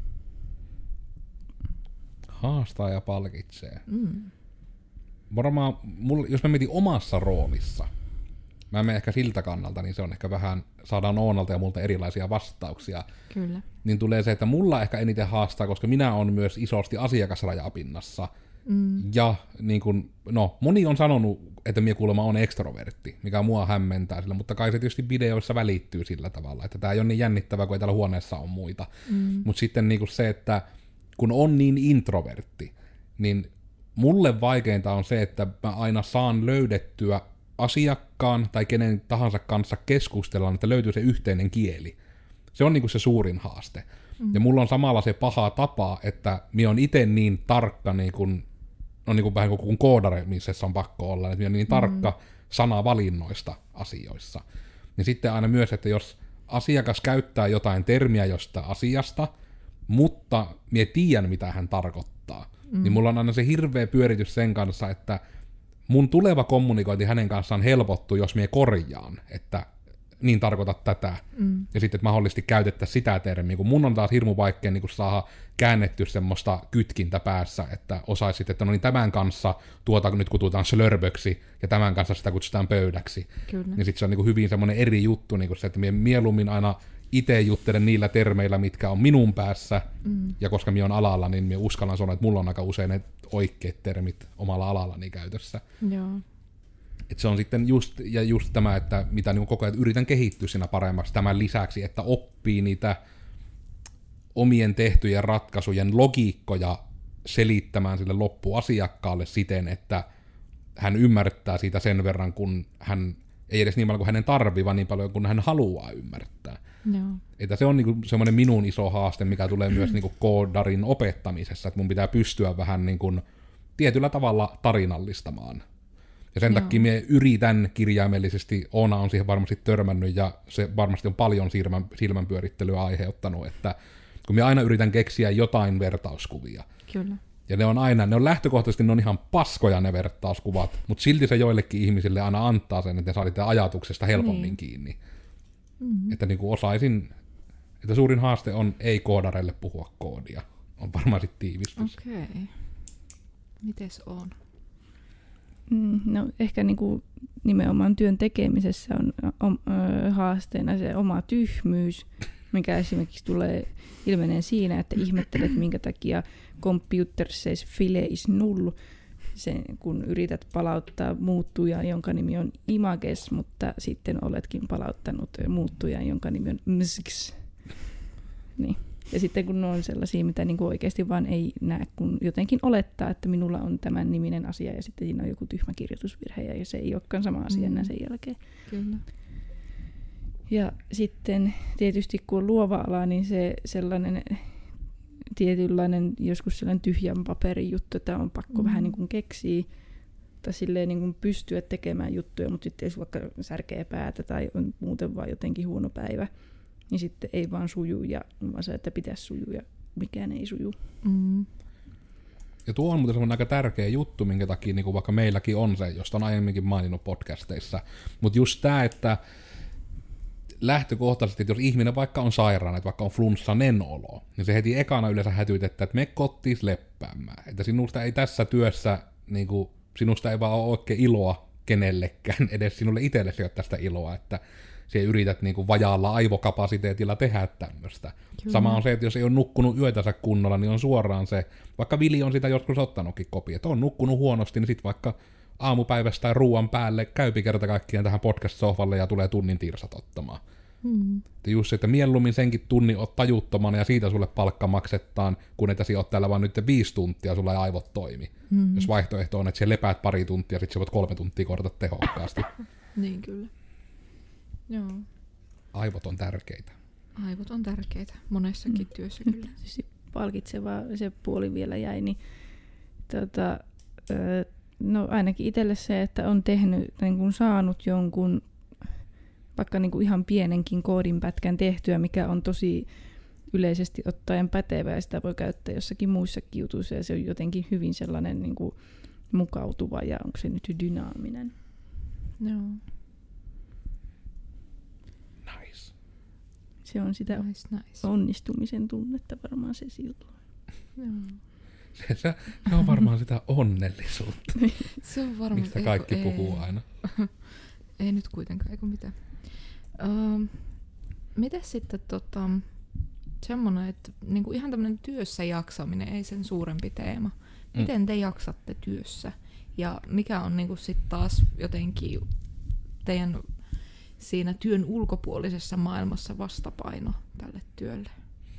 Haastaa ja palkitsee. Mm. Varmaan, mulla, jos mä mietin omassa roolissa, mä menen ehkä siltä kannalta, niin se on ehkä vähän, saadaan Oonalta ja multa erilaisia vastauksia. Kyllä. Niin tulee se, että mulla ehkä eniten haastaa, koska minä on myös isosti asiakasrajapinnassa. Mm. Ja niin kun, no, moni on sanonut, että minä kuulemma on ekstrovertti, mikä mua hämmentää sillä, mutta kai se tietysti videoissa välittyy sillä tavalla, että tämä ei ole niin jännittävää, kun ei täällä huoneessa on muita. Mm. Mutta sitten niin kun se, että kun on niin introvertti, niin mulle vaikeinta on se, että mä aina saan löydettyä asiakkaan tai kenen tahansa kanssa keskustellaan, että löytyy se yhteinen kieli. Se on niinku se suurin haaste. Mm. Ja mulla on samalla se paha tapa, että minä on itse niin tarkka, niin kun, no niin kuin vähän kuin koodaremisessa on pakko olla, että minä on niin tarkka mm. sanavalinnoista asioissa. Ja sitten aina myös, että jos asiakas käyttää jotain termiä jostain asiasta, mutta minä tiedän, mitä hän tarkoittaa, mm. niin mulla on aina se hirveä pyöritys sen kanssa, että mun tuleva kommunikointi hänen kanssaan helpottuu, jos minä korjaan, että niin tarkoitat tätä. Mm. Ja sitten, että mahdollisesti käytettäisiin sitä termiä, kun mun on taas hirmu vaikea niin saada käännettyä semmoista kytkintä päässä, että osaisit, että no niin tämän kanssa tuota nyt kutsutaan slörböksi, ja tämän kanssa sitä kutsutaan pöydäksi. Kyllä. Ja sitten se on niin hyvin semmoinen eri juttu, niin se, että minä mieluummin aina itse juttelen niillä termeillä, mitkä on minun päässä, mm. ja koska minä on alalla, niin minä uskallan sanoa, että mulla on aika usein ne oikeat termit omalla alallani käytössä. Joo. Et se on sitten just, ja just tämä, että mitä niin koko ajan yritän kehittyä siinä paremmaksi tämän lisäksi, että oppii niitä omien tehtyjen ratkaisujen logiikkoja selittämään sille loppuasiakkaalle siten, että hän ymmärtää siitä sen verran, kun hän ei edes niin paljon kuin hänen tarvii, vaan niin paljon kuin hän haluaa ymmärtää. Joo. Että se on niinku semmoinen minun iso haaste, mikä tulee myös niinku koodarin opettamisessa, että mun pitää pystyä vähän niinku tietyllä tavalla tarinallistamaan. Ja sen Joo. takia minä yritän kirjaimellisesti, Oona on siihen varmasti törmännyt, ja se varmasti on paljon silmän, silmänpyörittelyä aiheuttanut, että kun minä aina yritän keksiä jotain vertauskuvia. Kyllä. Ja ne on aina, ne on lähtökohtaisesti ne on ihan paskoja ne vertauskuvat, mutta silti se joillekin ihmisille aina antaa sen, että ne saa sitä ajatuksesta helpommin niin. kiinni. Mm-hmm. Että niin kuin osaisin, että suurin haaste on ei-koodareille puhua koodia. On varmaan sitten tiivistys. Okei. Okay. Mites on? Mm, no ehkä niinku nimenomaan työn tekemisessä on, on ö, haasteena se oma tyhmyys, mikä esimerkiksi tulee ilmeneen siinä, että ihmettelet, minkä takia computer says file is null, sen, kun yrität palauttaa muuttujaa, jonka nimi on images, mutta sitten oletkin palauttanut muuttujaa, jonka nimi on msks. Niin. Ja sitten kun ne on sellaisia, mitä niin kuin oikeasti vaan ei näe, kun jotenkin olettaa, että minulla on tämän niminen asia ja sitten siinä on joku tyhmä kirjoitusvirhe ja se ei olekaan sama asia enää sen jälkeen. Kyllä. Ja sitten tietysti kun on luova ala, niin se sellainen tietynlainen, joskus sellainen tyhjän paperin juttu, että on pakko mm. vähän niin kuin keksiä tai silleen niin kuin pystyä tekemään juttuja, mutta sitten jos vaikka särkee päätä tai on muuten vaan jotenkin huono päivä, niin sitten ei vaan suju, ja vaan se, että pitäisi sujua, ja mikään ei suju. Mm. Ja tuo on muuten semmoinen aika tärkeä juttu, minkä takia niin kuin vaikka meilläkin on se, josta on aiemminkin maininnut podcasteissa. Mutta just tämä, että lähtökohtaisesti, että jos ihminen vaikka on sairaana, että vaikka on flunssanen olo, niin se heti ekana yleensä hätyytettä, että me kotiin leppäämään. Että sinusta ei tässä työssä, niin kuin, sinusta ei vaan ole oikein iloa kenellekään, edes sinulle itsellesi ole tästä iloa, että siellä yrität niinku vajaalla aivokapasiteetilla tehdä tämmöistä. Sama on se, että jos ei ole nukkunut yötänsä kunnolla, niin on suoraan se, vaikka Vili on sitä joskus ottanutkin kopi, että on nukkunut huonosti, niin sitten vaikka aamupäivästä tai ruuan päälle käypi kerta kaikkiaan tähän podcast-sohvalle ja tulee tunnin tirsat ottamaan. Mm. Just se, että mieluummin senkin tunnin oot tajuttomana ja siitä sulle palkka maksettaan, kun että sinä oot täällä vaan nyt viisi tuntia, sulla ei aivot toimi. Mm. Jos vaihtoehto on, että siellä lepäät pari tuntia, sitten sä voit kolme tuntia korjata tehokkaasti. Niin kyllä. Joo. Aivot on tärkeitä. Aivot on tärkeitä monessakin mm. työssä kyllä. Palkitsevaa se puoli vielä jäi, niin tota, no ainakin itselle se, että on tehnyt, niin kun saanut jonkun vaikka niin kuin ihan pienenkin koodinpätkän tehtyä, mikä on tosi yleisesti ottaen pätevä ja sitä voi käyttää jossakin muissakin jutuissa ja se on jotenkin hyvin sellainen niin kuin mukautuva ja onko se nyt dynaaminen. Joo. Nice. Se on sitä nice, nice. onnistumisen tunnetta varmaan se silloin. Joo. Se, se, se on varmaan sitä onnellisuutta, se on varmaan, mistä kaikki ei, puhuu aina. Ei nyt kuitenkaan, eikö mitään. Uh, mites sitten tota, semmoinen, että niinku ihan tämmöinen työssä jaksaminen, ei sen suurempi teema. Miten te jaksatte työssä? Ja mikä on niinku sit taas jotenkin teidän siinä työn ulkopuolisessa maailmassa vastapaino tälle työlle?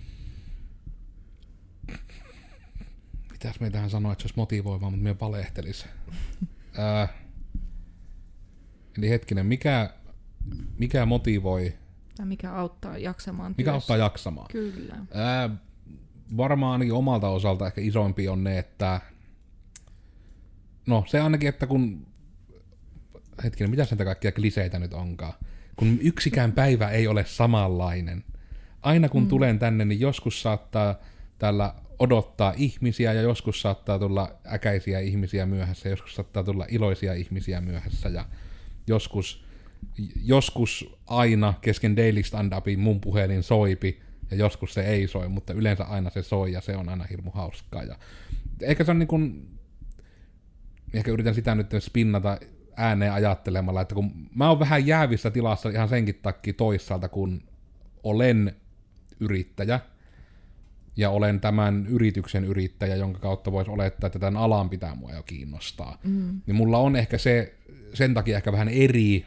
Mitäs me tähän sanoa, että se olisi motivoivaa, mutta me valehtelisi. äh, eli hetkinen, mikä, mikä motivoi? Tai mikä auttaa jaksamaan Mikä työssä? auttaa jaksamaan? Kyllä. Äh, varmaan ainakin omalta osalta ehkä isompi on ne, että no se ainakin, että kun hetkinen, mitä näitä kaikkia kliseitä nyt onkaan? Kun yksikään päivä ei ole samanlainen. Aina kun mm. tulen tänne, niin joskus saattaa tällä odottaa ihmisiä ja joskus saattaa tulla äkäisiä ihmisiä myöhässä, joskus saattaa tulla iloisia ihmisiä myöhässä ja joskus, joskus aina kesken daily stand-upin mun puhelin soipi ja joskus se ei soi, mutta yleensä aina se soi ja se on aina hirmu hauskaa. Ja ehkä se on niin kuin, ehkä yritän sitä nyt spinnata ääneen ajattelemalla, että kun mä oon vähän jäävissä tilassa ihan senkin takia toisaalta, kun olen yrittäjä, ja olen tämän yrityksen yrittäjä, jonka kautta voisi olettaa, että tämän alan pitää mua jo kiinnostaa. Mm. Niin mulla on ehkä se, sen takia ehkä vähän eri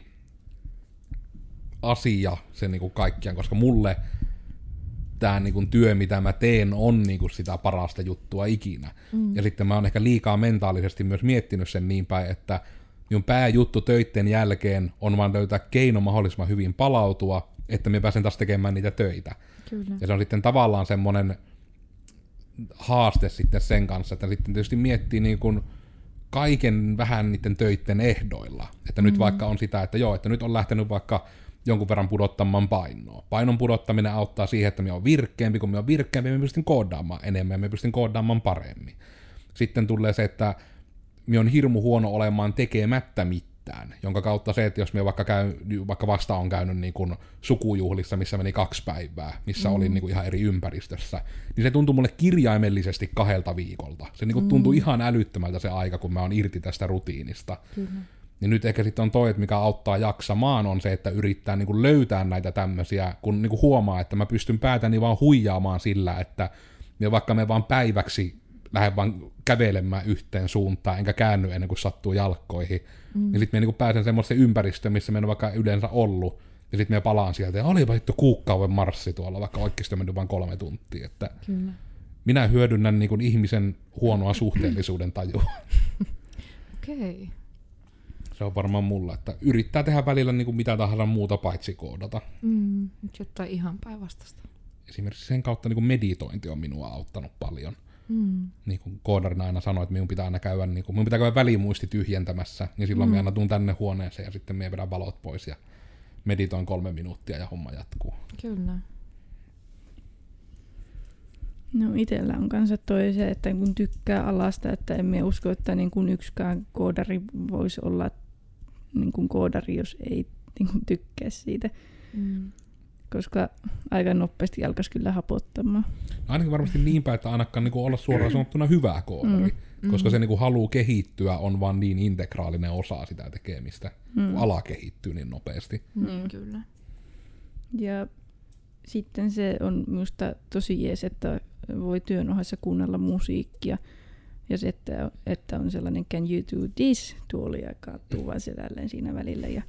asia se niinku kaikkiaan, koska mulle tämä niinku työ, mitä mä teen, on niinku sitä parasta juttua ikinä. Mm. Ja sitten mä oon ehkä liikaa mentaalisesti myös miettinyt sen niin päin, että minun pääjuttu töitten jälkeen on vaan löytää keino mahdollisimman hyvin palautua, että mä pääsen taas tekemään niitä töitä. Kyllä. Ja se on sitten tavallaan semmoinen haaste sitten sen kanssa, että sitten tietysti miettii niin kuin kaiken vähän niiden töitten ehdoilla. Että mm-hmm. nyt vaikka on sitä, että joo, että nyt on lähtenyt vaikka jonkun verran pudottamaan painoa. Painon pudottaminen auttaa siihen, että minä olen virkkeämpi, kun minä olen virkkeämpi, minä pystyn koodaamaan enemmän ja minä pystyn koodaamaan paremmin. Sitten tulee se, että minä olen hirmu huono olemaan tekemättä mitään, jonka kautta se, että jos minä vaikka, käy, vaikka vasta on käynyt niin kuin sukujuhlissa, missä meni kaksi päivää, missä mm. olin niin kuin ihan eri ympäristössä, niin se tuntui mulle kirjaimellisesti kahdelta viikolta. Se niin kuin tuntui mm. ihan älyttömältä se aika, kun mä oon irti tästä rutiinista. Kyllä. Niin nyt ehkä sitten on toi, että mikä auttaa jaksamaan, on se, että yrittää niin kuin löytää näitä tämmöisiä, kun niin kuin huomaa, että mä pystyn päätäni vaan huijaamaan sillä, että minä vaikka me vaan päiväksi lähden vaan kävelemään yhteen suuntaan, enkä käänny ennen kuin sattuu jalkkoihin. Mm. Ja sitten minä niin pääsen semmoiseen ympäristöön, missä minä en vaikka yleensä ollut, ja sitten minä palaan sieltä, ja olipa hitto kuukauden marssi tuolla, vaikka oikeasti on mennyt vain kolme tuntia. Että Kyllä. minä hyödynnän niin kuin ihmisen huonoa suhteellisuuden tajua. Okei. Okay. Se on varmaan mulla, että yrittää tehdä välillä niin kuin mitä tahansa muuta paitsi koodata. Mm, jotain ihan päinvastaista. Esimerkiksi sen kautta niin kuin meditointi on minua auttanut paljon. Mm. Niin kuin koodarina aina sanoi, että minun pitää aina käydä, niin kuin, minun pitää käydä välimuisti tyhjentämässä, niin silloin mm. minä aina tuun tänne huoneeseen ja sitten minä vedän valot pois ja meditoin kolme minuuttia ja homma jatkuu. Kyllä. No itsellä on kanssa toi se, että kun tykkää alasta, että en minä usko, että niin kuin yksikään koodari voisi olla niin kuin koodari, jos ei niin kuin tykkää siitä. Mm. Koska aika nopeasti alkaisi kyllä hapottamaan. No ainakin varmasti niinpä, että ainakaan niin olla suoraan sanottuna hyvä koodari, mm. koska se niin halu kehittyä on vaan niin integraalinen osa sitä tekemistä, mm. kun ala kehittyy niin nopeasti. Mm. Niin, kyllä. Ja sitten se on minusta tosi jees, että voi työn ohessa kuunnella musiikkia. Ja se, että, että on sellainen can you do this -tuoli ja kaattuu vaan selälleen siinä välillä. Ja,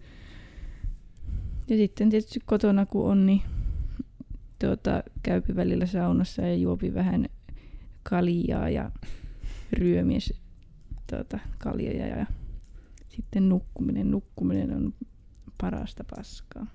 ja sitten tietysti kotona kun on, niin tuota, käypi välillä saunassa ja juopi vähän kaljaa ja ryömies tuota, kaljoja. Ja sitten nukkuminen. Nukkuminen on parasta paskaa.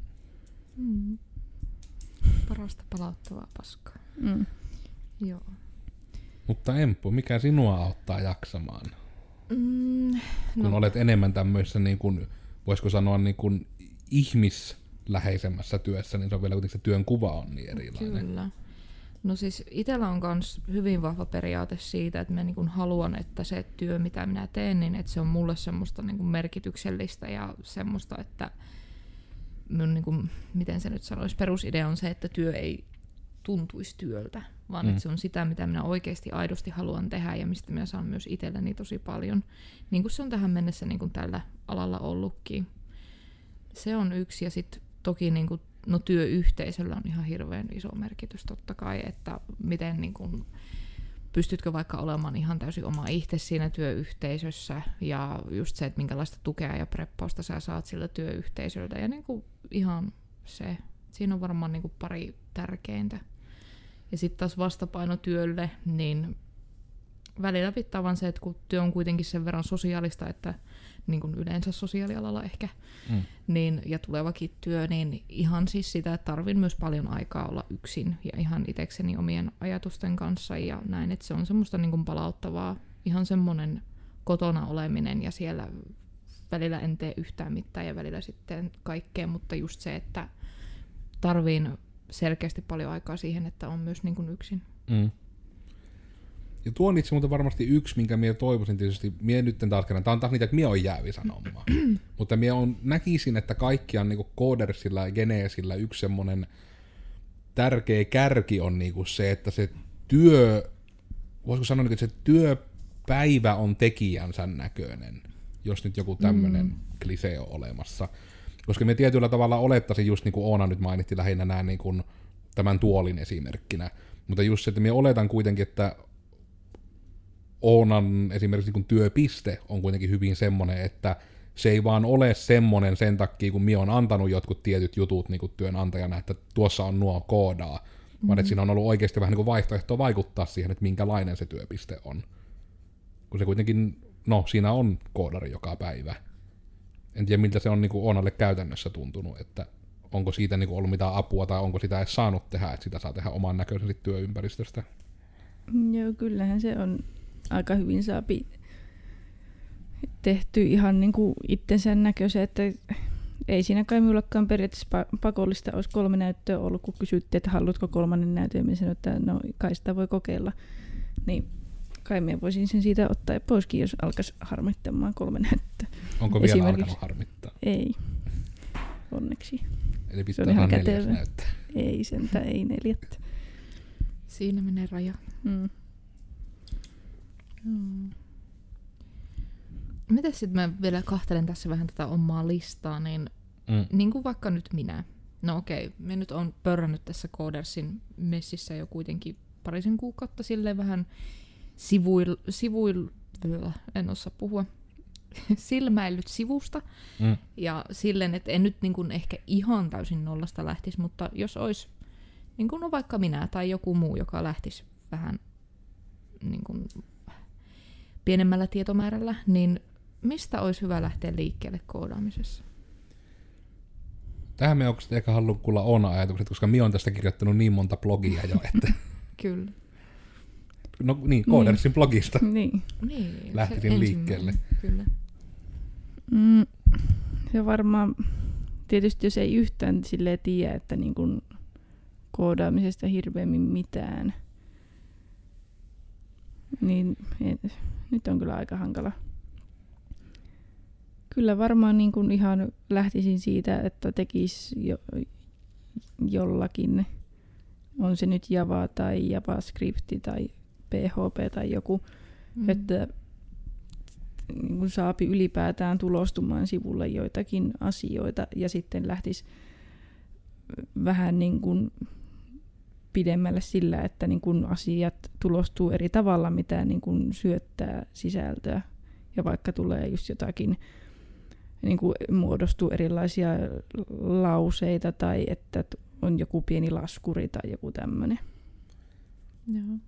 Mm. Parasta palauttavaa paskaa. Mm. Joo. Mutta Emppu, mikä sinua auttaa jaksamaan? Mm, Kun no. olet enemmän tämmöisessä, niin kuin, voisiko sanoa, niin kuin ihmisläheisemmässä työssä, niin se on vielä kuitenkin se työn kuva on niin erilainen. Kyllä. No siis itsellä on myös hyvin vahva periaate siitä, että mä niin kuin haluan, että se työ, mitä minä teen, niin että se on mulle semmoista niin kuin merkityksellistä ja semmoista, että mun, niin kuin, miten se nyt sanoisi, perusidea on se, että työ ei tuntuisi työltä, vaan mm. että se on sitä, mitä minä oikeasti aidosti haluan tehdä ja mistä minä saan myös itselleni tosi paljon. Niin kuin se on tähän mennessä niin kuin tällä alalla ollutkin. Se on yksi ja sitten toki niin kuin, no, työyhteisöllä on ihan hirveän iso merkitys totta kai, että miten niin kuin, pystytkö vaikka olemaan ihan täysin oma itse siinä työyhteisössä ja just se, että minkälaista tukea ja preppausta sä saat sillä työyhteisöltä ja niin kuin, ihan se. Siinä on varmaan niin kuin pari tärkeintä. Ja sitten taas vastapaino työlle, niin välillä pitää vaan se, että kun työ on kuitenkin sen verran sosiaalista, että niin kuin yleensä sosiaalialalla ehkä, mm. niin, ja tulevakin työ, niin ihan siis sitä, että tarvin myös paljon aikaa olla yksin ja ihan itsekseni omien ajatusten kanssa ja näin, että se on semmoista niin kuin palauttavaa, ihan semmoinen kotona oleminen ja siellä välillä en tee yhtään mitään ja välillä sitten kaikkea, mutta just se, että tarviin selkeästi paljon aikaa siihen, että on myös niin kuin yksin. Mm. Ja tuo on itse muuten varmasti yksi, minkä minä toivoisin tietysti, minä nyt taas kerran, tämä on taas niitä, että minä olen jäävi sanomaan, mutta minä on, näkisin, että kaikkiaan niin Codersilla ja Geneesillä yksi semmoinen tärkeä kärki on niin kuin se, että se työ, voisiko sanoa, että se työpäivä on tekijänsä näköinen, jos nyt joku tämmöinen mm. klisee on olemassa. Koska me tietyllä tavalla olettaisin, just niin kuin Oona nyt mainitti lähinnä nämä niin kuin tämän tuolin esimerkkinä, mutta just se, että me oletan kuitenkin, että Oonan esimerkiksi niin kuin työpiste on kuitenkin hyvin semmoinen, että se ei vaan ole semmoinen sen takia, kun minä olen antanut jotkut tietyt jutut niin kuin työnantajana, että tuossa on nuo koodaa, mm-hmm. vaan että siinä on ollut oikeasti vähän niin kuin vaihtoehtoa vaikuttaa siihen, että minkälainen se työpiste on. Kun se kuitenkin, no siinä on koodari joka päivä. En tiedä, miltä se on niin kuin Oonalle käytännössä tuntunut, että onko siitä niin kuin ollut mitään apua tai onko sitä edes saanut tehdä, että sitä saa tehdä oman näköisesti työympäristöstä. Joo, kyllähän se on aika hyvin saapi tehty ihan niin kuin itsensä näköisen, että ei siinä kai minullakaan periaatteessa pakollista olisi kolme näyttöä ollut, kun kysyttiin, että haluatko kolmannen näytön, ja minä sanoin, että no kai sitä voi kokeilla. Niin kai minä voisin sen siitä ottaa poiskin, jos alkaisi harmittamaan kolme näyttöä. Onko vielä alkanut harmittaa? Ei, onneksi. Eli pitää olla neljäs näyttää. Ei sentä, ei neljättä. Siinä menee raja. Mm. Hmm. Mites sitten mä vielä kahtelen tässä vähän tätä omaa listaa, niin, mm. niin kuin vaikka nyt minä. No okei, mä nyt on pörrännyt tässä Codersin messissä jo kuitenkin parisen kuukautta silleen vähän sivuil, sivuil en osaa puhua, silmäillyt sivusta. Mm. Ja silleen, että en nyt niin kuin ehkä ihan täysin nollasta lähtisi, mutta jos olisi niin kuin no vaikka minä tai joku muu, joka lähtisi vähän niin kuin pienemmällä tietomäärällä, niin mistä olisi hyvä lähteä liikkeelle koodaamisessa? Tähän me oikeasti ehkä haluan kuulla Oona ajatukset, koska minä olen tästä kirjoittanut niin monta blogia jo, että kyllä. No niin, Codersin niin. blogista niin. lähtisin liikkeelle. Kyllä. Mm, se varmaan, tietysti jos ei yhtään silleen tiedä, että niin kuin koodaamisesta hirveämmin mitään, niin en, nyt on kyllä aika hankala. Kyllä varmaan niin kuin ihan lähtisin siitä, että tekisi jo, jollakin, on se nyt Java tai JavaScript tai P H P tai joku, mm. että niin kuin saapi ylipäätään tulostumaan sivulle joitakin asioita ja sitten lähtisi vähän niin kuin pidemmälle sillä, että niin kuin asiat tulostuu eri tavalla, mitä niin kuin syöttää sisältöä. Ja vaikka tulee just jotakin, niin kuin muodostuu erilaisia lauseita tai että on joku pieni laskuri tai joku tämmöinen. Joo.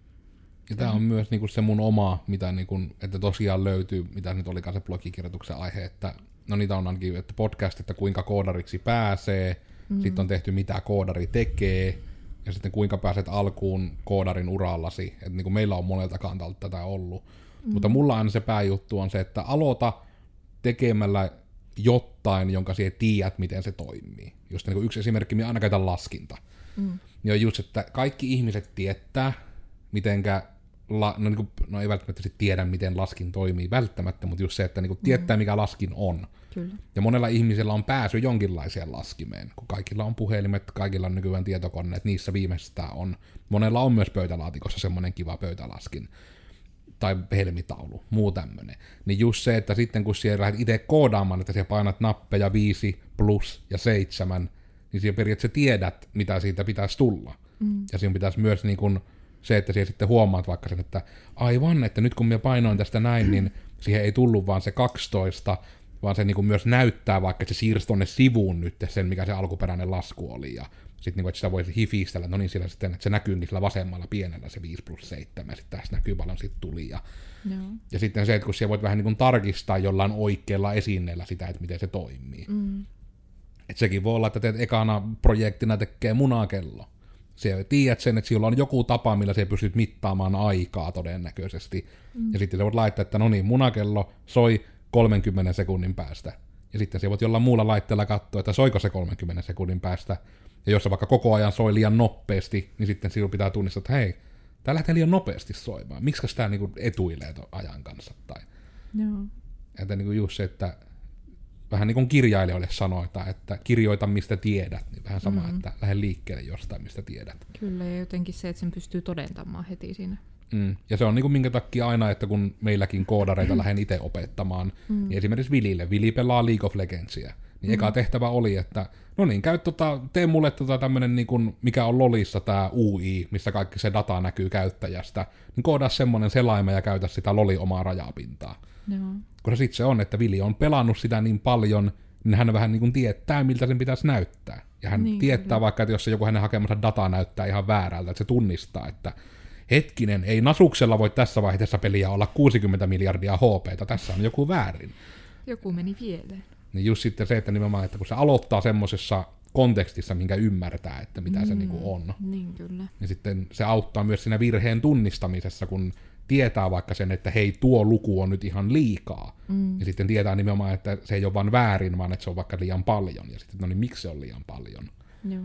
Ja tämä on myös niinku se mun oma, mitä niinku, että tosiaan löytyy, mitä nyt olikaan se blogikirjoituksen aihe, että no niitä on ainakin, että podcast, että kuinka koodariksi pääsee, mm. sitten on tehty mitä koodari tekee, ja sitten kuinka pääset alkuun koodarin urallasi, että niinku meillä on monelta kantalta tätä ollut. Mm. Mutta mulla aina se pääjuttu on se, että aloita tekemällä jotain, jonka sinä tiedät, miten se toimii. Just niin kuin yksi esimerkki, minä aina käytän laskinta. Mm. Niin on just, että kaikki ihmiset tietää, mitenkä, la, no, niin kuin, no ei välttämättä sit tiedä, miten laskin toimii välttämättä, mutta just se, että niin kuin tietää, mikä laskin on. Kyllä. Ja monella ihmisellä on pääsy jonkinlaiseen laskimeen, kun kaikilla on puhelimet, kaikilla on nykyään tietokoneet, niissä viimeistään on. Monella on myös pöytälaatikossa semmoinen kiva pöytälaskin. Tai helmitaulu, muu tämmönen. Niin just se, että sitten kun siellä lähdet itse koodaamaan, että siellä painat nappeja viisi, plus ja seitsemän, niin siellä periaatteessa tiedät, mitä siitä pitäisi tulla. Mm. Ja siinä pitäisi myös niin kun se, että siellä sitten huomaat vaikka sen, että aivan, että nyt kun minä painoin tästä näin, niin siihen ei tullut vaan se kaksitoista, vaan se niin kun myös näyttää vaikka, että se siirsi tonne sivuun nyt sen, mikä se alkuperäinen lasku oli. Ja sitten niin, että sitä voisi hifistellä, no niin, sillä sitten, että se näkyykin sillä vasemmalla pienellä se viisi plus seitsemän, ja sitten tässä näkyy paljon siitä tuli. Ja, no. ja sitten se, että kun siellä voit vähän niin kuin tarkistaa jollain oikealla esineellä sitä, että miten se toimii. Mm. Että sekin voi olla, että teet ekana projektina tekee munakello. Siellä tiedät sen, että sillä on joku tapa, millä se pystyt mittaamaan aikaa todennäköisesti. Mm. Ja sitten se voit laittaa, että no niin, munakello soi kolmenkymmenen sekunnin päästä. Ja sitten se voit jollain muulla laitteella katsoa, että soiko se kolmenkymmenen sekunnin päästä. Ja jos se vaikka koko ajan soi liian nopeasti, niin sitten sinun pitää tunnistaa, että hei, tää lähtee liian nopeasti soimaan. Miksikä tämä niinku etuilee ton ajan kanssa? Tai... Joo. Että niinku just se, että vähän niin kuin kirjailijoille sanotaan, että kirjoita mistä tiedät, niin vähän sama, mm. että lähde liikkeelle jostain mistä tiedät. Kyllä, ja jotenkin se, että sen pystyy todentamaan heti siinä. Mm. Ja se on niin kuin minkä takia aina, että kun meilläkin koodareita lähden itse opettamaan, mm. niin esimerkiksi Vilille, Vili pelaa League of Legendsia, niin mm. eka tehtävä oli, että no niin, käy tota, tee mulle tota tämmönen, niin kuin, mikä on LoLissa tää U I, missä kaikki se data näkyy käyttäjästä, niin koodaa semmonen selaima ja käytä sitä LoLin omaa rajapintaa. Joo. Kun sitten se on, että Vili on pelannut sitä niin paljon, niin hän vähän niin kuin tietää, miltä sen pitäisi näyttää. Ja hän niin, tietää kyllä. Vaikka, että jos se joku hänen hakemansa data näyttää ihan väärältä, että se tunnistaa, että hetkinen, ei Nasuksella voi tässä vaiheessa peliä olla kuusikymmentä miljardia H P:tä, tässä on joku väärin. Joku meni pieleen. Niin just sitten se, että nimenomaan, että kun se aloittaa semmoisessa kontekstissa, minkä ymmärtää, että mitä mm, se niin kuin on. Niin kyllä. Ja sitten se auttaa myös siinä virheen tunnistamisessa, kun tietää vaikka sen, että hei, tuo luku on nyt ihan liikaa. Mm. Ja sitten tietää nimenomaan, että se ei ole vaan väärin, vaan että se on vaikka liian paljon. Ja sitten, no niin, miksi se on liian paljon? Joo.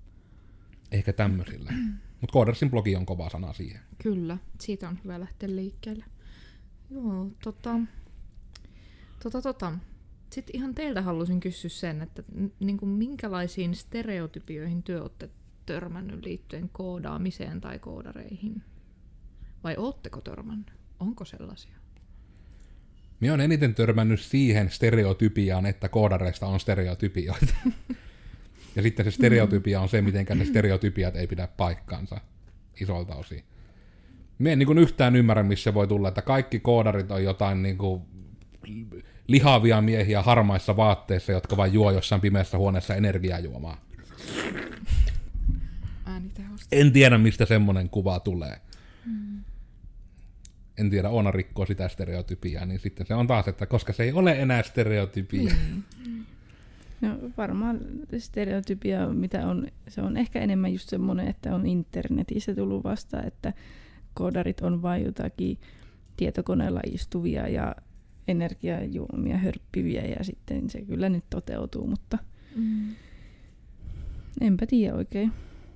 Ehkä tämmöisillä. Mutta Codersin blogi on kova sana siihen. Kyllä, siitä on hyvä lähteä liikkeelle. Joo, tota... Tota, tota. Sitten ihan teiltä halusin kysyä sen, että niin kuin minkälaisiin stereotypioihin työ olette törmännyt liittyen koodaamiseen tai koodareihin? Vai ootteko törmännyt? Onko sellaisia? Minä olen eniten törmännyt siihen stereotypiaan, että koodareista on stereotypioita. Ja sitten se stereotypia on se, miten ne stereotypiat ei pidä paikkaansa isolta osin. Minä en niin kuin yhtään ymmärrä, missä voi tulla, että kaikki koodarit on jotain niin kuin lihavia miehiä harmaissa vaatteissa, jotka vain juo jossain pimeässä huoneessa energiajuomaa. En tiedä, mistä semmoinen kuva tulee. Mm. En tiedä, Oona rikkoo sitä stereotypiaa, niin sitten se on taas, että koska se ei ole enää stereotypia. Mm. No varmaan stereotypia, mitä on, se on ehkä enemmän just semmoinen, että on internetissä tullut vasta, että koodarit on vain jotakin tietokoneella istuvia ja energiajuomia hörppiviä ja sitten se kyllä nyt toteutuu, mutta mm. enpä tiedä oikein.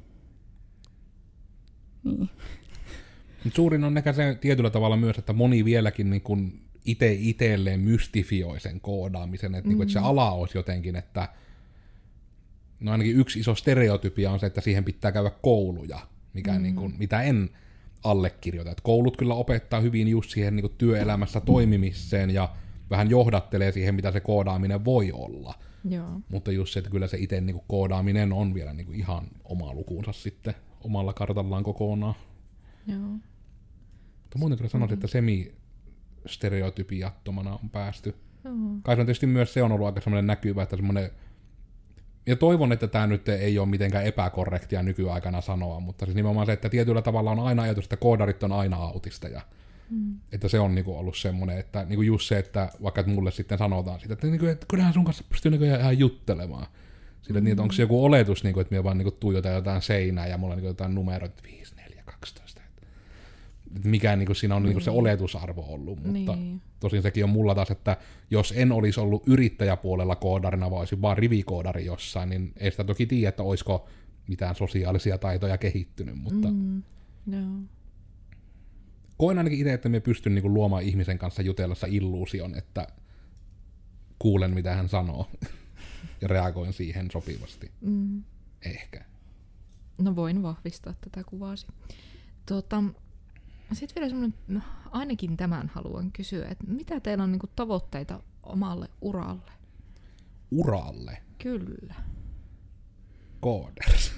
Niin. Suurin on ehkä se tietyllä tavalla myös, että moni vieläkin niin kuin itse itselleen mystifioi sen koodaamisen, että, mm. niin kuin, että se ala olisi jotenkin, että no ainakin yksi iso stereotypia on se, että siihen pitää käydä kouluja, mikä mm. niin kuin, mitä en allekirjoita. Että koulut kyllä opettaa hyvin just siihen niin kuin työelämässä toimimiseen ja vähän johdattelee siihen, mitä se koodaaminen voi olla. Joo. Mutta just se, että kyllä se itse niin kuin koodaaminen on vielä niin kuin ihan oma lukuunsa sitten omalla kartallaan kokonaan. Joo. Mutta muuten kyllä sanoisin, että semi-stereotypiattomana on päästy. Joo. Kai se on tietysti myös se on ollut aika semmoinen näkyvä, että semmoinen... Ja toivon, että tämä nyt ei ole mitenkään epäkorrektia nykyaikana sanoa, mutta siis nimenomaan se, että tietyllä tavalla on aina ajatus, että koodarit on aina autisteja. Mm. Että se on niinku ollut semmoinen, että niinku just se, että vaikka että mulle sitten sanotaan sitä, että, niinku, että kyllähän sun kanssa pystyy niinku ihan juttelemaan. Sillä mm. niin, että onko se joku oletus, niinku, että me vaan niinku tuijotan jotain seinää ja mulla on niinku jotain numeroita viisi, neljä, kaksitoista. Että mikä niinku siinä on mm. niinku se oletusarvo ollut, mutta niin. Tosin sekin on mulla taas, että jos en olisi ollut yrittäjäpuolella koodarina, vaan olisin vaan rivikoodari jossain, niin ei sitä toki tiedä, että olisiko mitään sosiaalisia taitoja kehittynyt, mutta... Mm. No. Koen ainakin itse, että me pystyn niinku luomaan ihmisen kanssa jutellessa illuusion, että kuulen, mitä hän sanoo, ja reagoin siihen sopivasti. Mm. Ehkä. No voin vahvistaa tätä kuvaasi. Tota, sitten vielä semmoinen, no, ainakin tämän haluan kysyä, että mitä teillä on niinku tavoitteita omalle uralle? Uralle? Kyllä. Kooders.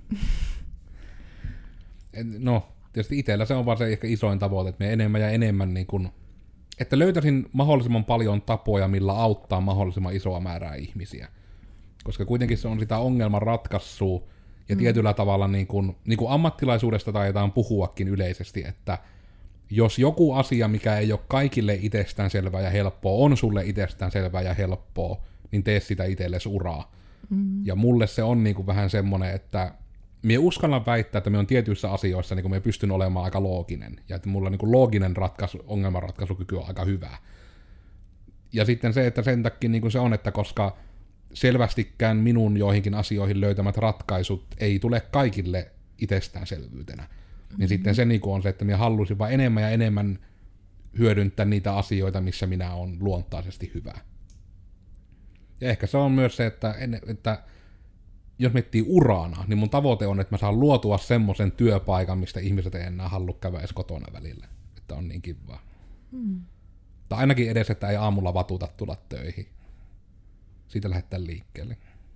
No... Tietysti itsellä se on vaan se ehkä isoin tavoite, että me enemmän ja enemmän niin kun, että löytäisin mahdollisimman paljon tapoja, millä auttaa mahdollisimman isoa määrää ihmisiä. Koska kuitenkin se on sitä ongelman ratkaisua, ja mm. tietyllä tavalla niin kun, niin kun ammattilaisuudesta taidetaan puhuakin yleisesti, että jos joku asia, mikä ei ole kaikille itsestäänselvää ja helppoa, on sulle itsestäänselvää ja helppoa, niin tee sitä itsellesi uraa. Mm. Ja mulle se on niin kun vähän semmoinen, että mie uskallan väittää, että me on tietyissä asioissa niin me pystyn olemaan aika looginen, ja että mulla niin looginen ratkaisu, ongelmanratkaisukyky on aika hyvä. Ja sitten se, että sen takia niin se on, että koska selvästikään minun joihinkin asioihin löytämät ratkaisut ei tule kaikille itsestäänselvyytenä, mm-hmm. niin sitten se niin on se, että minä haluaisin vaan enemmän ja enemmän hyödyntää niitä asioita, missä minä olen luontaisesti hyvä. Ja ehkä se on myös se, että, että jos miettii urana, niin mun tavoite on, että mä saan luotua semmoisen työpaikan, mistä ihmiset ei enää halua käydä edes kotona välillä. Että on niin kivaa. Hmm. Tai ainakin edes, että ei aamulla vatuta tulla töihin. Siitä lähdetään liikkeelle.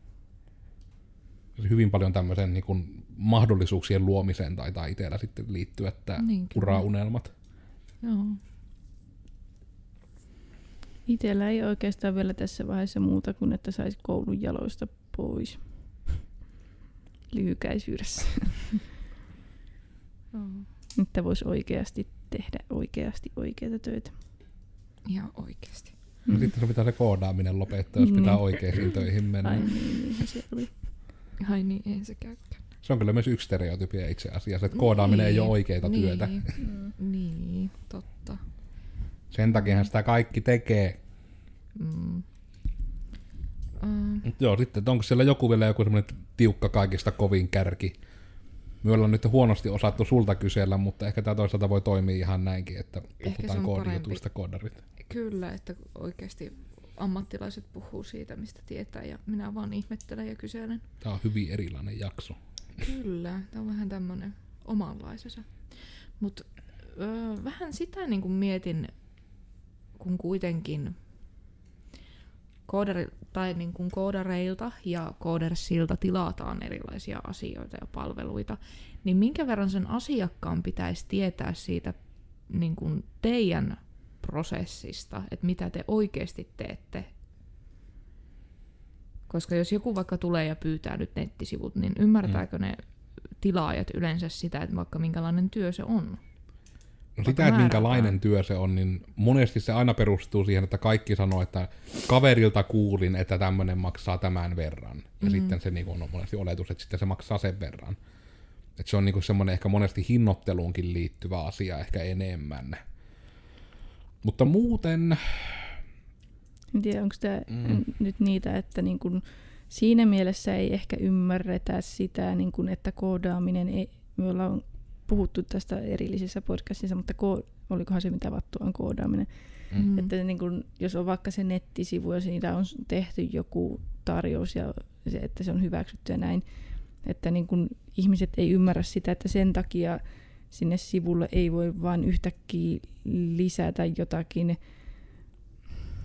Hyvin paljon tämmöisen niin kuin mahdollisuuksien luomiseen taitaa itsellä sitten liittyä tämä niin, uraunelmat. Joo. Itsellä ei oikeastaan vielä tässä vaiheessa muuta kuin, että saisi koulun jaloista pois. Lyhykäisyydessä. Että voisi oikeasti tehdä oikeasti oikeita töitä. Ihan oikeasti. No mm. sitten se pitää se koodaaminen lopettaa, jos mm. pitää oikeisiin töihin mennä. Ai niin, niin se oli. Ai niin, ei se käykään. Se on kyllä myös yksi stereotypia itse asiassa, että koodaaminen niin. ei ole oikeita niin. työtä. Mm. Niin, totta. Sen takiahan sitä kaikki tekee. Mm. Uh. Joo, sitten, että onko siellä joku vielä joku semmoinen tiukka kaikista kovin kärki. Me ollaan nyt huonosti osattu sulta kysellä, mutta ehkä tämä toisaalta voi toimia ihan näinkin, että puhutaan koodijutuista koodarit. Kyllä, että oikeasti ammattilaiset puhuu siitä, mistä tietää, ja minä vaan ihmettelen ja kyselen. Tämä on hyvin erilainen jakso. Kyllä, tämä on vähän tämmöinen omanlaisensa. Mutta vähän sitä niin kuin mietin, kun kuitenkin koodari, tai niin kuin koodareilta ja koodersilta tilataan erilaisia asioita ja palveluita, niin minkä verran sen asiakkaan pitäisi tietää siitä niin kuin teidän prosessista, että mitä te oikeasti teette. Koska jos joku vaikka tulee ja pyytää nyt nettisivut, niin ymmärtääkö mm. ne tilaajat yleensä sitä, että vaikka minkälainen työ se on? No sitä, että minkälainen työ se on, niin monesti se aina perustuu siihen, että kaikki sanoo, että kaverilta kuulin, että tämmöinen maksaa tämän verran. Ja mm-hmm. sitten se niin on monesti oletus, että sitten se maksaa sen verran. Että se on niin semmoinen ehkä monesti hinnoitteluunkin liittyvä asia ehkä enemmän. Mutta muuten... En tiedä, onko tämä mm. nyt niitä, että niin kun siinä mielessä ei ehkä ymmärretä sitä, niin kun, että koodaaminen ei... Me ollaan puhuttu tästä erillisessä podcastissa, mutta ko- olikohan se mitä vattua on koodaaminen. Mm. Että niin kun, jos on vaikka se nettisivu ja siinä on tehty joku tarjous ja se, että se on hyväksytty ja näin, että niin kun ihmiset ei ymmärrä sitä, että sen takia sinne sivulle ei voi vain yhtäkkiä lisätä jotakin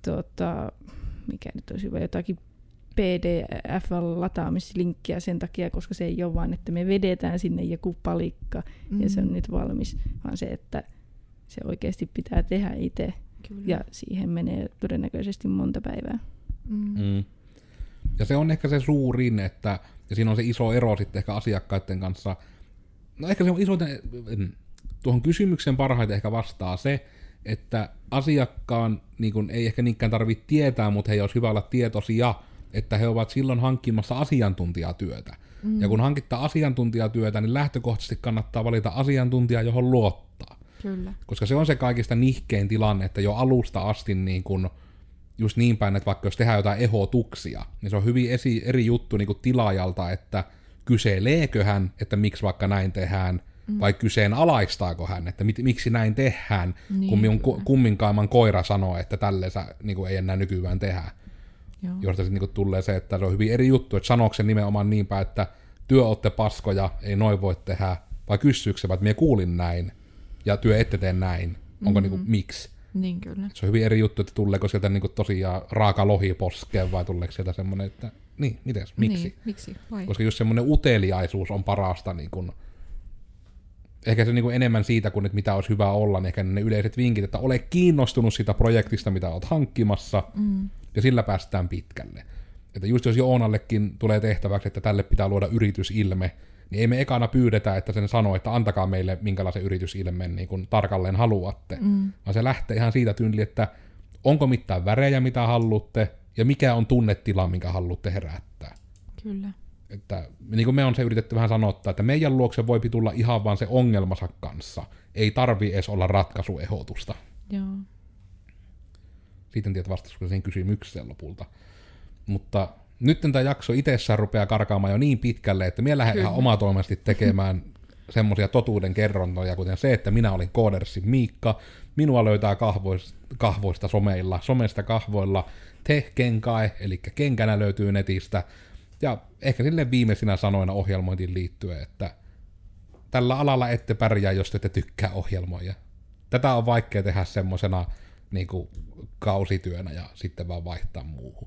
tota, mikä nyt olisi hyvä, jotakin P D F-lataamislinkkiä sen takia, koska se ei ole vaan, että me vedetään sinne joku palikka mm. ja se on nyt valmis, vaan se, että se oikeasti pitää tehdä itse. Kyllä. Ja siihen menee todennäköisesti monta päivää. Mm. Mm. Ja se on ehkä se suurin, että, ja siinä on se iso ero sitten ehkä asiakkaiden kanssa. No ehkä se on iso, tuohon kysymykseen parhaiten ehkä vastaa se, että asiakkaan niin kun, ei ehkä niinkään tarvitse tietää, mutta he olisi hyvä olla tietoisia, että he ovat silloin hankkimassa asiantuntijatyötä. Mm. Ja kun hankittaa asiantuntijatyötä, niin lähtökohtaisesti kannattaa valita asiantuntija, johon luottaa. Kyllä. Koska se on se kaikista nihkein tilanne, että jo alusta asti niin kun, just niin päin, että vaikka jos tehdään jotain ehdotuksia, niin se on hyvin esi- eri juttu niin kun tilaajalta, että kyseleekö hän, että miksi vaikka näin tehdään, mm. vai kyseenalaistaako hän, että mit, miksi näin tehdään, niin, kun minun ku, kumminkaiman koira sanoo, että tälleen niin ei enää nykyään tehdä. Joo. Josta sitten niin tulee se, että se on hyvin eri juttu, että sanooko se nimenomaan niin päin, että työ ootte paskoja, ei noin voi tehdä, vai kysyykö se, että minä kuulin näin, ja työ ette tee näin, onko mm-hmm. niin kuin, miksi? Niin kyllä. Se on hyvin eri juttu, että tuleeko sieltä niin kuin tosiaan raaka lohi poskeen, vai tuleeko sieltä semmoinen, että niin, mites, miksi? Niin, miksi, vai? Koska just semmoinen uteliaisuus on parasta, niin kuin, ehkä se niin kuin enemmän siitä, kuin että mitä olisi hyvä olla, niin ehkä ne yleiset vinkit, että ole kiinnostunut siitä projektista, mitä olet hankkimassa, mm. ja sillä päästään pitkälle. Että just jos Joonallekin tulee tehtäväksi, että tälle pitää luoda yritysilme, niin ei me ekana pyydetä, että sen sanoo, että antakaa meille minkälaisen yritysilmeen niin kuin tarkalleen haluatte, mm. vaan se lähtee ihan siitä tyyli, että onko mitään värejä, mitä haluatte, ja mikä on tunnetila, minkä haluatte herättää. Kyllä. Että niin kuin me on se yritetty vähän sanottaa, että meidän luokse voi tulla ihan vaan se ongelmansa kanssa. Ei tarvi edes olla ratkaisuehdotusta. Joo. Siitä en tiedä vastasiko siihen kysymykseen lopulta. Mutta nyt tämä jakso itsessään rupeaa karkaamaan jo niin pitkälle, että minä lähden ihan omatoimisesti tekemään semmoisia totuuden kerrontoja, kuten se, että minä olin Koodersin Miikka. Minua löytää kahvoista, kahvoista someilla, somesta kahvoilla. Te kenkae, eli kenkänä löytyy netistä. Ja ehkä silleen viimeisinä sanoina ohjelmointiin liittyen, että tällä alalla ette pärjää, jos te ette tykkää ohjelmoida. Tätä on vaikea tehdä semmosena niin kuin kausityönä ja sitten vaan vaihtaa muuhun.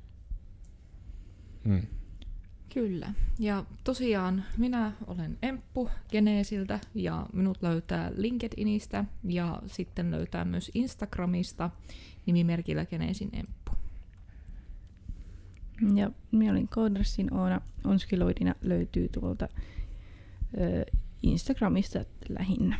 Hmm. Kyllä. Ja tosiaan minä olen Emppu Geneesiltä ja minut löytää LinkedInistä ja sitten löytää myös Instagramista nimimerkillä Geneesin Emppu. Ja minä olin Koodersin Oona. Onskiloidina löytyy tuolta ö, Instagramista lähinnä.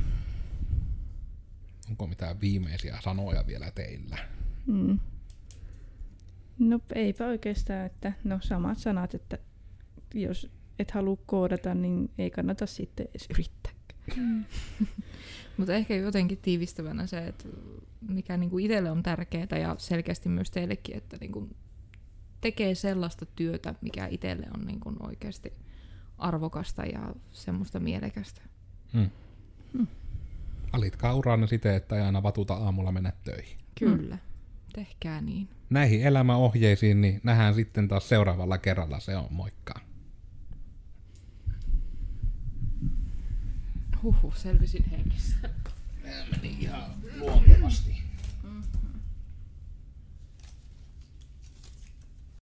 Onko mitään viimeisiä sanoja vielä teillä? Mm. No eipä oikeastaan, että no samat sanat, että jos et halua koodata, niin ei kannata sitten edes yrittää. Mm. Mutta ehkä jotenkin tiivistävänä se, että mikä niinku itselle on tärkeää ja selkeästi myös teillekin, että niinku tekee sellaista työtä, mikä itselle on niinku oikeasti arvokasta ja semmoista mielekästä. Hmm. Hmm. Valitkaa uranne siten, että ei aina vatuta aamulla mennä töihin. Kyllä, hmm. tehkää niin. Näihin elämäohjeisiin niin nähdään sitten taas seuraavalla kerralla. Se on moikka. Huhhuh, selvisin hengissä.